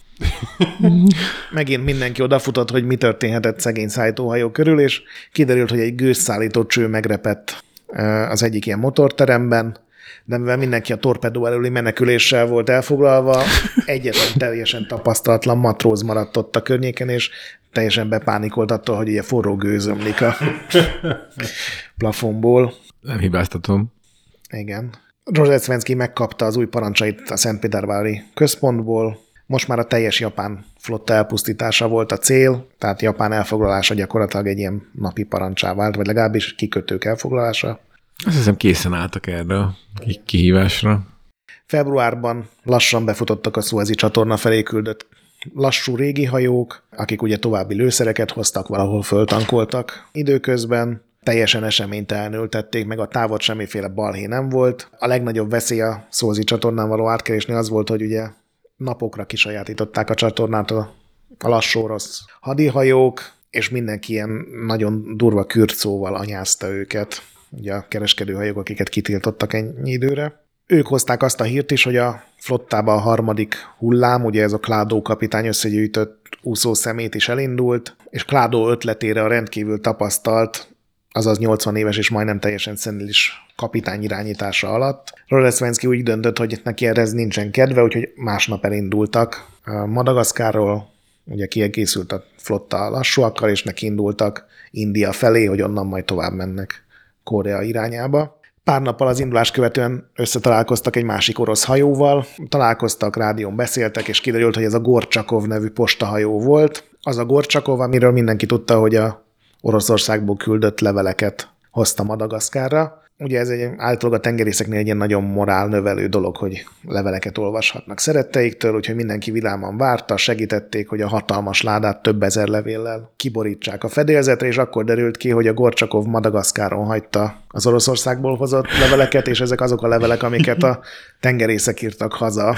Megint mindenki odafutott, hogy mi történhetett szegény szállítóhajó körül, és kiderült, hogy egy gőzszállító cső megrepett az egyik ilyen motorteremben, de mivel mindenki a torpedó előli meneküléssel volt elfoglalva, egyetlen teljesen tapasztalatlan matróz maradt ott a környéken, és teljesen bepánikolt attól, hogy ugye forró gőz ömlik a plafonból. Nem hibáztatom. Igen. Rozseszvenszky megkapta az új parancsait a Szentpétervári központból. Most már a teljes japán flotta elpusztítása volt a cél, tehát Japán elfoglalása gyakorlatilag egy ilyen napi parancsá vált, vagy legalábbis kikötők elfoglalása. Azt hiszem készen álltak erre a kihívásra. Februárban lassan befutottak a Szuezi csatorna felé küldött lassú régi hajók, akik ugye további lőszereket hoztak, valahol föltankoltak. Időközben teljesen eseménytelenül tették meg a távot, semmiféle balhé nem volt. A legnagyobb veszély a Szuezi csatornán való átkerésnél az volt, hogy ugye napokra kisajátították a csatornát a lassú orosz hadihajók, és mindenki ilyen nagyon durva kürtszóval anyázta őket, ugye a kereskedőhajók, akiket kitiltottak ennyi időre. Ők hozták azt a hírt is, hogy a flottában a 3. hullám, ugye ez a Kládó kapitány összegyűjtött úszószemét is elindult, és Kládó ötletére a rendkívül tapasztalt, azaz 80 éves és majdnem teljesen szenilis kapitány irányítása alatt. Rozseszvenszky úgy döntött, hogy neki erre nincsen kedve, úgyhogy másnap elindultak Madagaszkárról, ugye kiegészült a flotta lassúakkal, és neki indultak India felé, hogy onnan majd tovább mennek Korea irányába. Pár nappal az indulást követően összetalálkoztak egy másik orosz hajóval, találkoztak, rádión beszéltek, és kiderült, hogy ez a Gorcsakov nevű postahajó volt. Az a Gorcsakov, amiről mindenki tudta, hogy a Oroszországból küldött leveleket hozta Madagaszkárra. Ugye ez általában a tengerészeknél egy ilyen nagyon morálnövelő dolog, hogy leveleket olvashatnak szeretteiktől, úgyhogy mindenki vidáman várta, segítették, hogy a hatalmas ládát több ezer levéllel kiborítsák a fedélzetre, és akkor derült ki, hogy a Gorcsakov Madagaszkáron hagyta az Oroszországból hozott leveleket, és ezek azok a levelek, amiket a tengerészek írtak haza.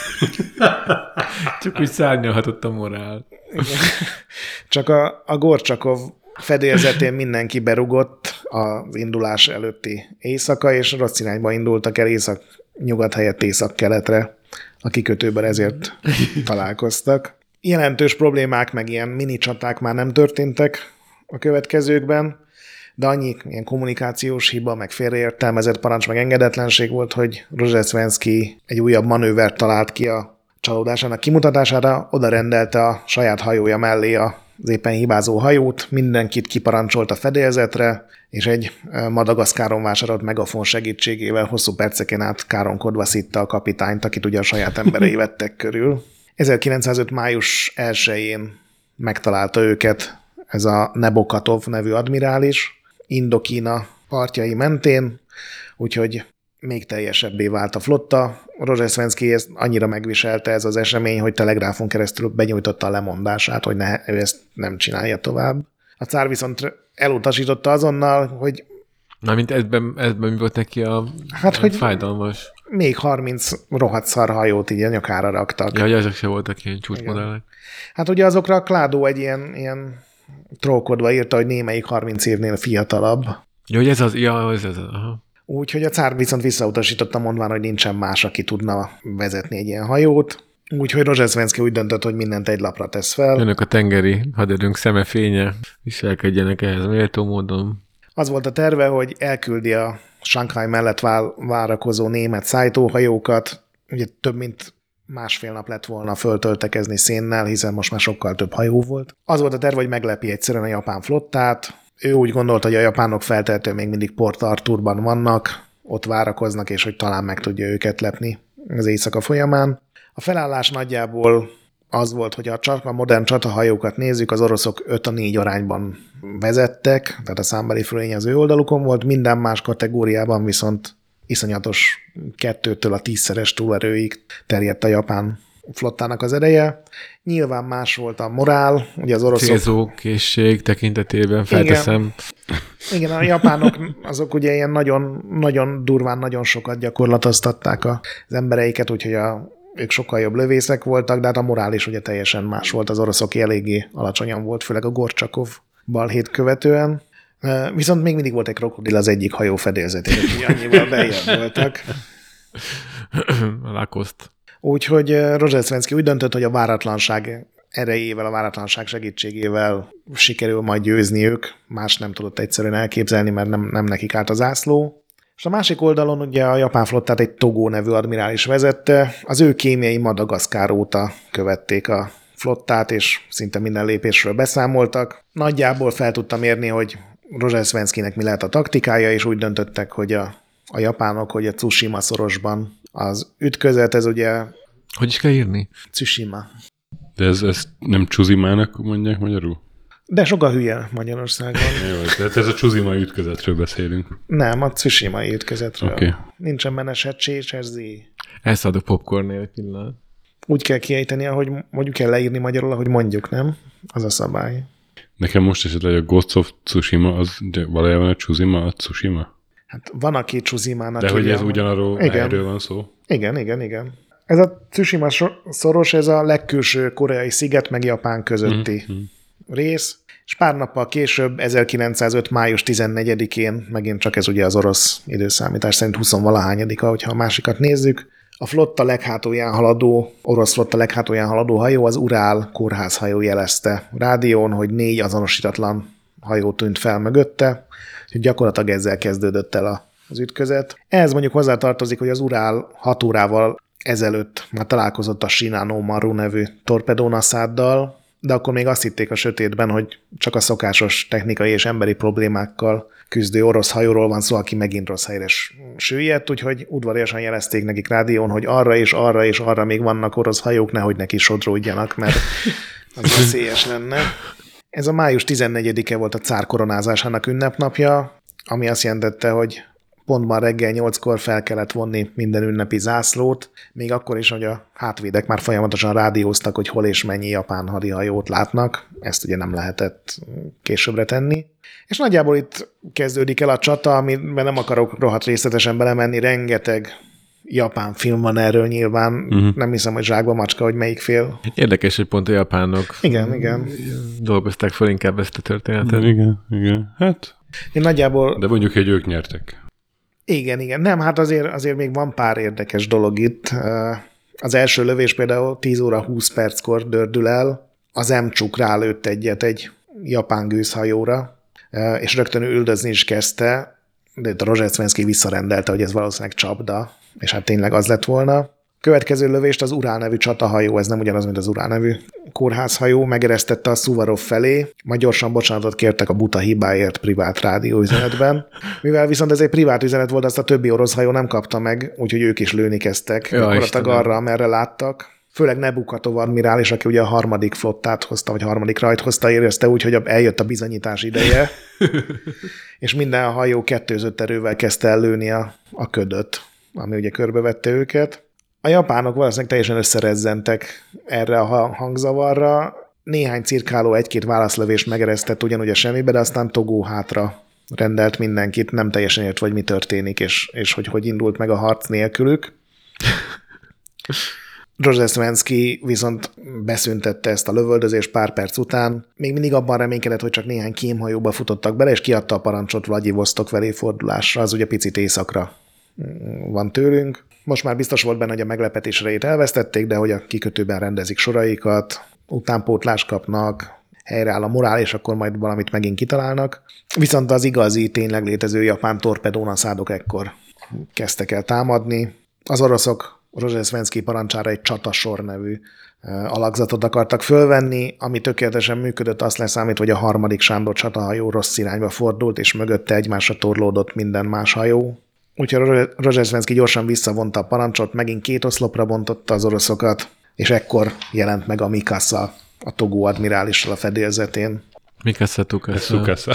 Csak úgy szárnyalhatott a morál. Igen. Csak a Gorcsakov fedélzetén mindenki berugott az indulás előtti éjszaka, és rossz irányba indultak el észak-nyugat helyett észak-keletre. A kikötőben ezért találkoztak. Jelentős problémák, meg ilyen mini csaták már nem történtek a következőkben, de annyi ilyen kommunikációs hiba, meg félreértelmezett parancs, meg engedetlenség volt, hogy Rozseszvenszky egy újabb manővert talált ki a csalódásának kimutatására, oda rendelte a saját hajója mellé az éppen hibázó hajót, mindenkit kiparancsolt a fedélzetre, és egy Madagaszkáron vásárolt megafon segítségével hosszú perceken át káronkodva szitta a kapitányt, akit ugye a saját emberei vettek körül. 1905. május 1-én megtalálta őket ez a Nebokatov nevű admirális, Indokína partjai mentén, úgyhogy még teljesebbé vált a flotta. Rozseszvenszky ezt annyira megviselte ez az esemény, hogy telegráfon keresztül benyújtotta a lemondását, hogy ő ezt nem csinálja tovább. A cár viszont elutasította azonnal, hogy... Na, mint ebben mi volt neki a hogy fájdalmas? Még 30 rohadt szar hajót így a nyakára raktak. Ja, hogy ezek se voltak ilyen csúcsmodellek. Hát ugye azokra a Kládó egy ilyen trókodva írta, hogy némelyik 30 évnél fiatalabb. Jó, hogy ez az, aha. Úgyhogy a cár viszont visszautasította, mondván, hogy nincsen más, aki tudna vezetni egy ilyen hajót. Úgyhogy Rozseszvenszky úgy döntött, hogy mindent egy lapra tesz fel. Önök a tengeri haderőnk szemefénye, viselkedjenek ehhez méltó módon. Az volt a terve, hogy elküldi a Sanghai mellett várakozó német szállítóhajókat. Ugye több mint másfél nap lett volna föltöltekezni szénnel, hiszen most már sokkal több hajó volt. Az volt a terve, hogy meglepi egyszerűen a japán flottát. Ő úgy gondolta, hogy a japánok feltehetően még mindig Port Arthurban vannak, ott várakoznak, és hogy talán meg tudja őket lepni az éjszaka folyamán. A felállás nagyjából az volt, hogy a modern csatahajókat nézzük, az oroszok 5-4 arányban vezettek, tehát a számbeli fölény az ő oldalukon volt, minden más kategóriában viszont iszonyatos 2-től a 10-szeres túlerőig terjedt a japán flottának az ereje. Nyilván más volt a morál, ugye az oroszok... Célzókészség tekintetében felteszem. Igen, a japánok azok ugye ilyen nagyon, nagyon durván, nagyon sokat gyakorlatoztatták az embereiket, úgyhogy ők sokkal jobb lövészek voltak, de hát a morál is ugye teljesen más volt, az oroszok eléggé alacsonyan volt, főleg a Gorcsakov balhét követően. Viszont még mindig volt egy krokodil az egyik hajó fedélzetén, úgyhogy annyival beljebb voltak. Lakoszt. Úgyhogy Rozseszvenszky úgy döntött, hogy a váratlanság erejével, a váratlanság segítségével sikerül majd győzni ők. Más nem tudott egyszerűen elképzelni, mert nem nekik állt a zászló. És a másik oldalon ugye a japán flottát egy Togó nevű admirális vezette. Az ő kémiai Madagaszkár óta követték a flottát, és szinte minden lépésről beszámoltak. Nagyjából fel tudtam mérni, hogy Rozseszvenszkynek mi lehet a taktikája, és úgy döntöttek, hogy a japánok, hogy a Tsushima szorosban az ütközet, ez ugye... Hogy is kell írni? Tsushima. De ez nem Csuzimának mondják magyarul? De sokkal hülye Magyarországon. Jó, tehát ez a Csuzima ütközetről beszélünk. Nem, a Tsushima-i ütközetről. Okay. Nincsen benne se C, se Z. Ezt adok popcornnél egy pillanat. Úgy kell kiejteni, ahogy mondjuk kell leírni magyarul, ahogy mondjuk, nem? Az a szabály. Nekem most esetleg a Ghost of Tsushima, az valójában a Csuzima, a Tsushima? Hát van, aki Tsuzimának. De hogy ez ugyanarról erről van szó? Igen. Ez a Tsushima szoros, ez a legkülső koreai sziget meg Japán közötti rész, és pár nappal később, 1905. május 14-én, megint csak ez ugye az orosz időszámítás szerint 20-valahányadika, hogyha a másikat nézzük, a flotta leghátulján haladó, orosz flotta leghátulján haladó hajó, az Urál kórházhajó jelezte rádión, hogy 4 azonosítatlan hajó tűnt fel mögötte, hogy gyakorlatilag ezzel kezdődött el az ütközet. Ehhez mondjuk hozzátartozik, hogy az Urál 6 órával ezelőtt már találkozott a Shinano Maru nevű torpedónaszáddal, de akkor még azt hitték a sötétben, hogy csak a szokásos technikai és emberi problémákkal küzdő orosz hajóról van szó, aki megint rossz helyre süllyedt, úgyhogy udvariasan jelezték nekik rádión, hogy arra és arra és arra még vannak orosz hajók, nehogy neki sodródjanak, mert az veszélyes lenne. Ez a május 14-e volt a cár koronázásának ünnepnapja, ami azt jelentette, hogy pontban reggel 8-kor fel kellett vonni minden ünnepi zászlót, még akkor is, hogy a hátvédek már folyamatosan rádióztak, hogy hol és mennyi japán hadihajót látnak. Ezt ugye nem lehetett későbbre tenni. És nagyjából itt kezdődik el a csata, amiben nem akarok rohadt részletesen belemenni, rengeteg japán film van erről nyilván. Nem hiszem, hogy zsákba macska, hogy melyik fél. Érdekes, hogy pont a japánok igen. dolgozták fel inkább ezt a történetet. Igen. Hát, én nagyjából... De mondjuk, hogy ők nyertek. Igen. Nem, hát azért még van pár érdekes dolog itt. Az első lövés például 10 óra 20 perckor dördül el. Az M-csuk rálőtt egyet egy japán gőzhajóra, és rögtön üldözni is kezdte, de itt a Rozseszvenszky visszarendelte, hogy ez valószínűleg csapda, és hát tényleg az lett volna. Következő lövést az Urál nevű csatahajó, ez nem ugyanaz, mint az Urál nevű kórházhajó, megeresztette a Suvarov felé, majd gyorsan bocsánatot kértek a buta hibáért privát rádióüzenetben. Mivel viszont ez egy privát üzenet volt, azt a többi orosz hajó nem kapta meg, úgyhogy ők is lőni kezdtek, gyakorlatilag arra, amerre láttak. Főleg Nebukatov admirális, aki ugye a harmadik flottát hozta, vagy harmadik rajt hozta, érezte úgy, hogy eljött a bizonyítás ideje, és minden hajó kettőzött erővel kezdte el lőni a ködöt. ami ugye körbevette őket. A japánok valószínűleg teljesen összerezzentek erre a hangzavarra. Néhány cirkáló egy-két válaszlövést megeresztett ugyanúgy a semmibe, de aztán Togó hátra rendelt mindenkit, nem teljesen ért, hogy mi történik, és hogy indult meg a harc nélkülük. Rozseszvenszky viszont beszüntette ezt a lövöldözést pár perc után. Még mindig abban reménykedett, hogy csak néhány kémhajóba futottak bele, és kiadta a parancsot Vladivosztok felé fordulásra. Az ugye picit északra van tőlünk. Most már biztos volt benne, hogy a meglepetés erejét elvesztették, de hogy a kikötőben rendezik soraikat, utánpótlást kapnak, helyreáll a morál, és akkor majd valamit megint kitalálnak. Viszont az igazi, tényleg létező japán torpedónaszádok ekkor kezdtek el támadni. Az oroszok Rozseszvenszky parancsára egy csatasor nevű alakzatot akartak fölvenni, ami tökéletesen működött, azt leszámít, hogy a harmadik Sándor csatahajó rossz irányba fordult, és mögötte egymásra torlódott minden más hajó. Úgyhogy Rozseszvenszky gyorsan visszavonta a parancsot, megint 2 oszlopra bontotta az oroszokat, és ekkor jelent meg a Mikasa, a Togó admirálissal a fedélzetén. Mikasa Tsukasa.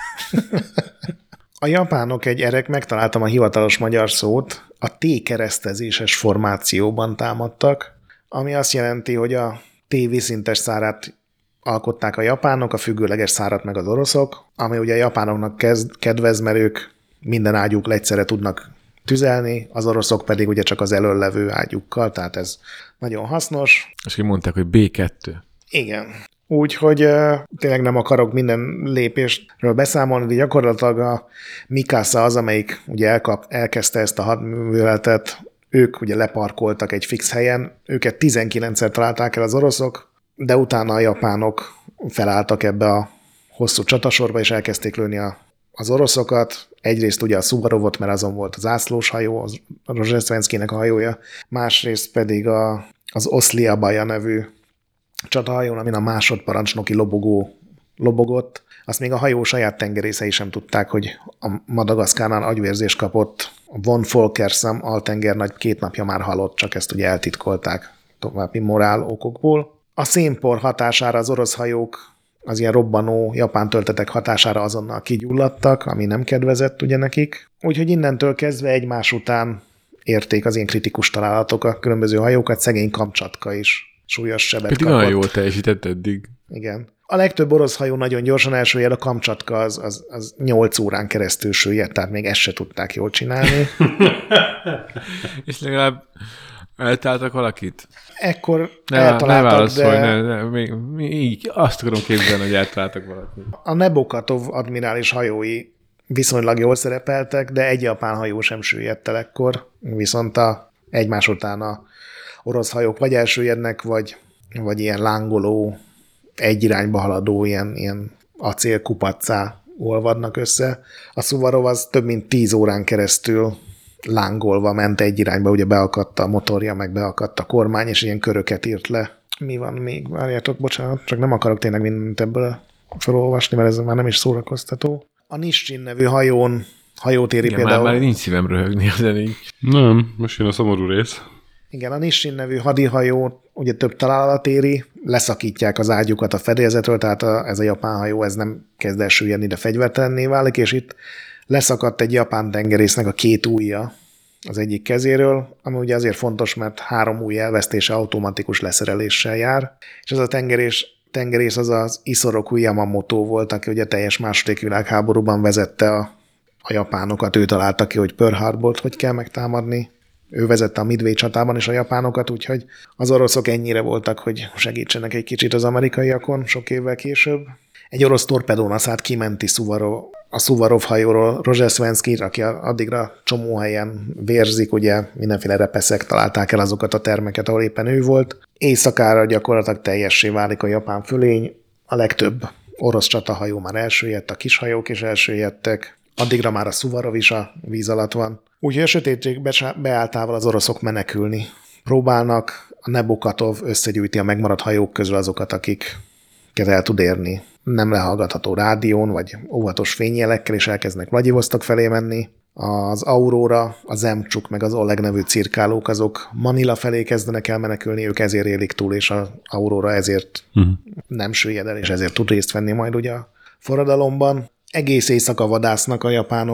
A japánok egy erek, megtaláltam a hivatalos magyar szót, a T-keresztezéses formációban támadtak, ami azt jelenti, hogy a T vízszintes szárát alkották a japánok, a függőleges szárat meg az oroszok, ami ugye a japánoknak kedvez, mert ők minden ágyuk egyszerre tudnak tüzelni, az oroszok pedig ugye csak az elől levő ágyukkal, tehát ez nagyon hasznos. És így mondták, hogy B2. Igen. Úgyhogy tényleg nem akarok minden lépésről beszámolni, de gyakorlatilag a Mikasa az, amelyik ugye elkezdte ezt a hadműveletet, ők ugye leparkoltak egy fix helyen, őket 19-szer találták el az oroszok, de utána a japánok felálltak ebbe a hosszú csatasorba, és elkezdték lőni az oroszokat. Egyrészt ugye a Suvarovot, mert azon volt az zászlós hajó, az Rozseszvenszkynek a hajója, másrészt pedig az Oszliabaja nevű csatahajón, amin a másodparancsnoki lobogó lobogott. Azt még a hajó saját tengerészei sem tudták, hogy a Madagaszkárnál agyvérzést kapott von Volkersam altengernagy 2 napja már halott, csak ezt ugye eltitkolták további morál okokból. A szénpor hatására az orosz hajók az ilyen robbanó japán töltetek hatására azonnal kigyulladtak, ami nem kedvezett ugye nekik. Úgyhogy innentől kezdve egymás után érték az ilyen kritikus találatok a különböző hajókat, szegény Kamcsatka is súlyos sebet kapott. Pedig nagyon jól teljesített eddig. Igen. A legtöbb orosz hajó nagyon gyorsan elsüllyed, a Kamcsatka az 8 órán keresztül süllyedt, tehát még ezt se tudták jól csinálni. És legalább eltaláltak valakit? Ekkor ne eltaláltak, válaszolj, még azt akarom képzelni, hogy eltaláltak valakit. A Nebokatov admirális hajói viszonylag jól szerepeltek, de egy japán hajó sem süllyedte el ekkor, viszont egymás után a orosz hajók vagy elsüllyednek, vagy ilyen lángoló, egy irányba haladó, ilyen acélkupaccá olvadnak össze. A Suvarov az több mint 10 órán keresztül lángolva ment egy irányba, ugye beakadt a motorja, meg beakadt a kormány, és ilyen köröket írt le. Mi van még? Várjátok, bocsánat, csak nem akarok tényleg mindent ebből felolvasni, mert ez már nem is szórakoztató. A Nishin nevű hajót éri például... Már nincs szívem röhögni, de nincs. Nem, most jön a szomorú rész. Igen, a Nishin nevű hadihajó ugye több találat éri, leszakítják az ágyukat a fedélzetről, tehát ez a japán hajó ez nem kezd el süllyedni, de fegyvertelenné válik, és itt leszakadt egy japán tengerésznek a 2 ujja az egyik kezéről, ami ugye azért fontos, mert 3 ujj elvesztése automatikus leszereléssel jár, és ez a tengerész az Isoroku Yamamoto volt, aki ugye teljes második világháborúban vezette a japánokat, ő találta ki, hogy Pearl Harbort hogy kell megtámadni. Ő vezette a Midway csatában is a japánokat, úgyhogy az oroszok ennyire voltak, hogy segítsenek egy kicsit az amerikaiakon sok évvel később. Egy orosz torpedónaszát kimenti a Suvarov hajóról Rozseszvenszky, aki addigra csomó helyen vérzik, ugye mindenféle repeszek találták el azokat a termeket, ahol éppen ő volt. Éjszakára gyakorlatilag teljessé válik a japán fölény, a legtöbb orosz csatahajó már elsüllyedt, a kis hajók is elsüllyedtek, addigra már a Suvarov is a víz alatt van. Úgyhogy a sötétség beálltával az oroszok menekülni próbálnak, a Nebokatov összegyűjti a megmaradt hajók közül azokat, akiket el tud érni. Nem lehallgatható rádión, vagy óvatos fényjelekkel, és elkezdenek Vladivosztok felé menni. Az Aurora, a Zemcsuk, meg az Oleg nevű cirkálók, azok Manila felé kezdenek el menekülni, ők ezért élik túl, és az Aurora ezért nem süllyed el, és ezért tud részt venni majd ugye a forradalomban. Egész éjszaka vadásznak a japánok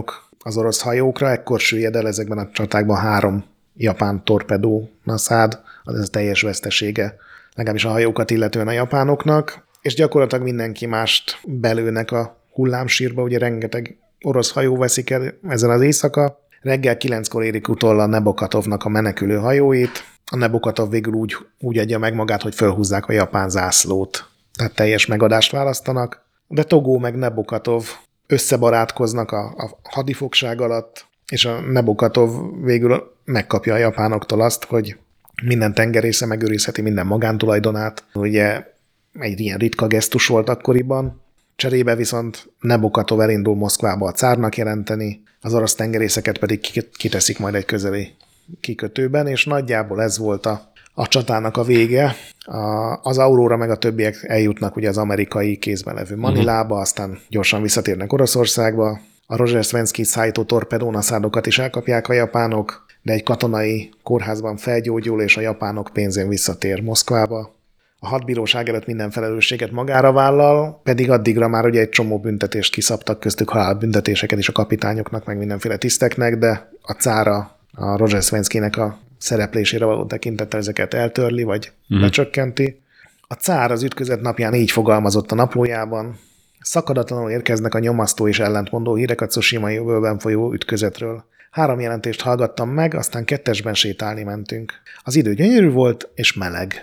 az orosz hajókra, ekkor süllyed el ezekben a csatákban 3 japán torpedó naszád, az a teljes vesztesége, legalábbis a hajókat illetően a japánoknak, és gyakorlatilag mindenki mást belőnek a hullámsírba, ugye rengeteg orosz hajó veszik el ezen az éjszaka. Reggel 9-kor érik utol a Nebokatovnak a menekülő hajóit. A Nebokatov végül úgy adja meg magát, hogy fölhúzzák a japán zászlót. Tehát teljes megadást választanak. De Togó meg Nebokatov összebarátkoznak a hadifogság alatt, és a Nebokatov végül megkapja a japánoktól azt, hogy minden tengerésze megőrizheti minden magántulajdonát. Ugye egy ilyen ritka gesztus volt akkoriban. Cserébe viszont Nebokatov elindul Moszkvába a cárnak jelenteni, az orosz tengerészeket pedig kiteszik majd egy közeli kikötőben, és nagyjából ez volt a csatának a vége. Az Aurora meg a többiek eljutnak ugye az amerikai kézben levő Manilába, aztán gyorsan visszatérnek Oroszországba. A Rozseszvenszky szállító torpedónaszádokat is elkapják a japánok, de egy katonai kórházban felgyógyul, és a japánok pénzén visszatér Moszkvába. A hadbíróság előtt minden felelősséget magára vállal, pedig addigra már ugye egy csomó büntetést kiszabtak, köztük halálbüntetéseket is a kapitányoknak, meg mindenféle tiszteknek, de a cára a Rozseszvenszkynek a szereplésére való tekintettel ezeket eltörli, vagy lecsökkenti. A cár az ütközet napján így fogalmazott a naplójában: szakadatlanul érkeznek a nyomasztó és ellentmondó hírek a Cusima jövőben folyó ütközetről. 3 jelentést hallgattam meg, aztán 2-esben sétálni mentünk. Az idő gyönyörű volt, és meleg.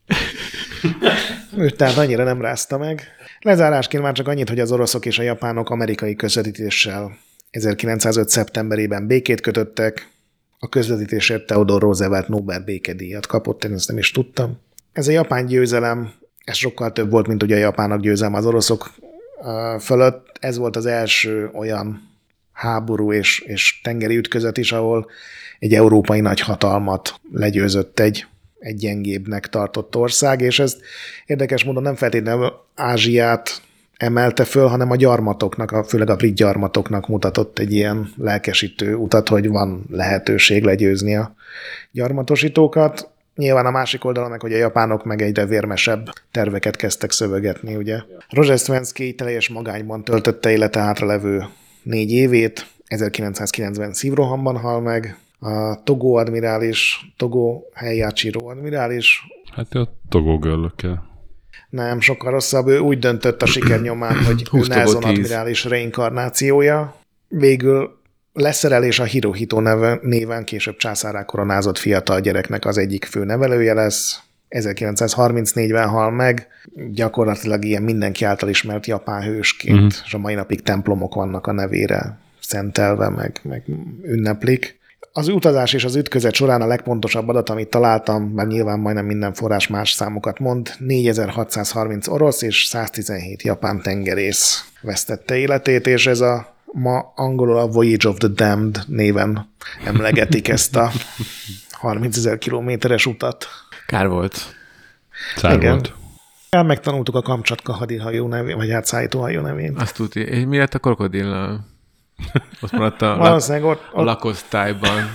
Őt tehát annyira nem rázta meg. Lezárásként már csak annyit, hogy az oroszok és a japánok amerikai közvetítéssel 1905. szeptemberében békét kötöttek. A közvetítésért Theodore Roosevelt Nobel békedíjat kapott, én ezt nem is tudtam. Ez a japán győzelem, ez sokkal több volt, mint ugye a japánok győzelme az oroszok fölött. Ez volt az első olyan háború és tengeri ütközet is, ahol egy európai nagyhatalmat legyőzött egy gyengébbnek tartott ország, és ez érdekes módon nem feltétlenül Ázsiát emelte föl, hanem a gyarmatoknak, főleg a brit gyarmatoknak mutatott egy ilyen lelkesítő utat, hogy van lehetőség legyőzni a gyarmatosítókat. Nyilván a másik oldalon meg, hogy a japánok meg egyre vérmesebb terveket kezdtek szövegetni, ugye. Rozseszvenszky teljes magányban töltötte élete hátralevő 4 évét, 1990 szívrohamban hal meg, a Togó admirális, Togó Heihachiru admirális. Hát a Togó girl-ökkel. Nem, sokkal rosszabb. Ő úgy döntött a siker nyomán, hogy Nelson admirális reinkarnációja. Végül leszerelés a Hirohito néven később császárrá koronázott fiatal gyereknek az egyik fő nevelője lesz. 1934-ben hal meg, gyakorlatilag ilyen mindenki által ismert japán hősként, és a mai napig templomok vannak a nevére szentelve, meg ünneplik. Az utazás és az ütközet során a legpontosabb adat, amit találtam, mert nyilván majdnem minden forrás más számokat mond, 4630 orosz és 117 japán tengerész vesztette életét, és ez a ma angolul a Voyage of the Damned néven emlegetik ezt a 30 000 kilométeres utat. Kár volt. Kár volt. Megtanultuk a Kamcsatka hadihajó nevén, vagy hát szállítóhajó nevén. Azt tudja. És mi lett a krokodillal? Ott maradt a lakosztályban.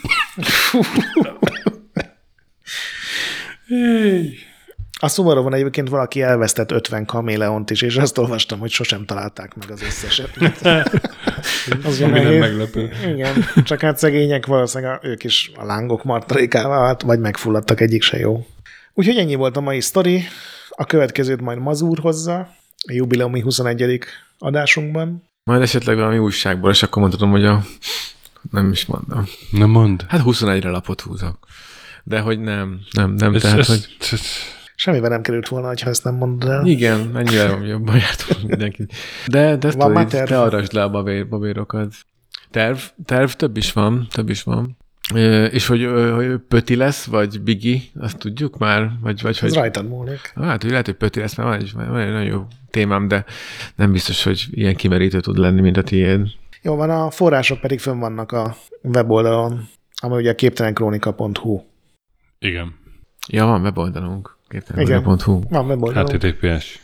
A Subarovon egyébként valaki elvesztett 50 kaméleont is, és azt olvastam, hogy sosem találták meg az összeset. Az ami nem meglepő. Igen, csak hát szegények valószínűleg ők is a lángok martalékával, vagy megfulladtak, egyik se jó. Úgyhogy ennyi volt a mai sztori. A következőt majd Mazur hozza, a jubileumi 21. adásunkban. Majd esetleg valami újságból, és akkor mondhatom, hogy nem is mondom. Nem mond. Hát 21-re lapot húzok. De hogy nem, tehát, hogy... Semmiben nem került volna, ha ezt nem mondod el. Igen, ennyire jobban jártunk mindenki. De ezt tudod, te arrasd le a babérokat. Terv több is van. És hogy Pöti lesz, vagy Bigi, azt tudjuk már? Vagy ez hogy... rajtad múlik. Hát, hogy lehet, hogy Pöti lesz, mert van egy nagyon jó témám, de nem biztos, hogy ilyen kimerítő tud lenni, mint a tiéd. Jó van, a források pedig fönn vannak a weboldalon, ami ugye a képtelenkrónika.hu. Igen. Ja, van weboldalunk. Képtelenkrónika.hu. Van weboldalunk. HTTPS.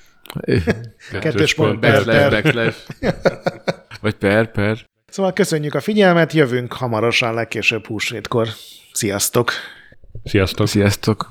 2. Vagy per. Szóval köszönjük a figyelmet, jövünk hamarosan, legkésőbb húsvétkor. Sziasztok! Sziasztok!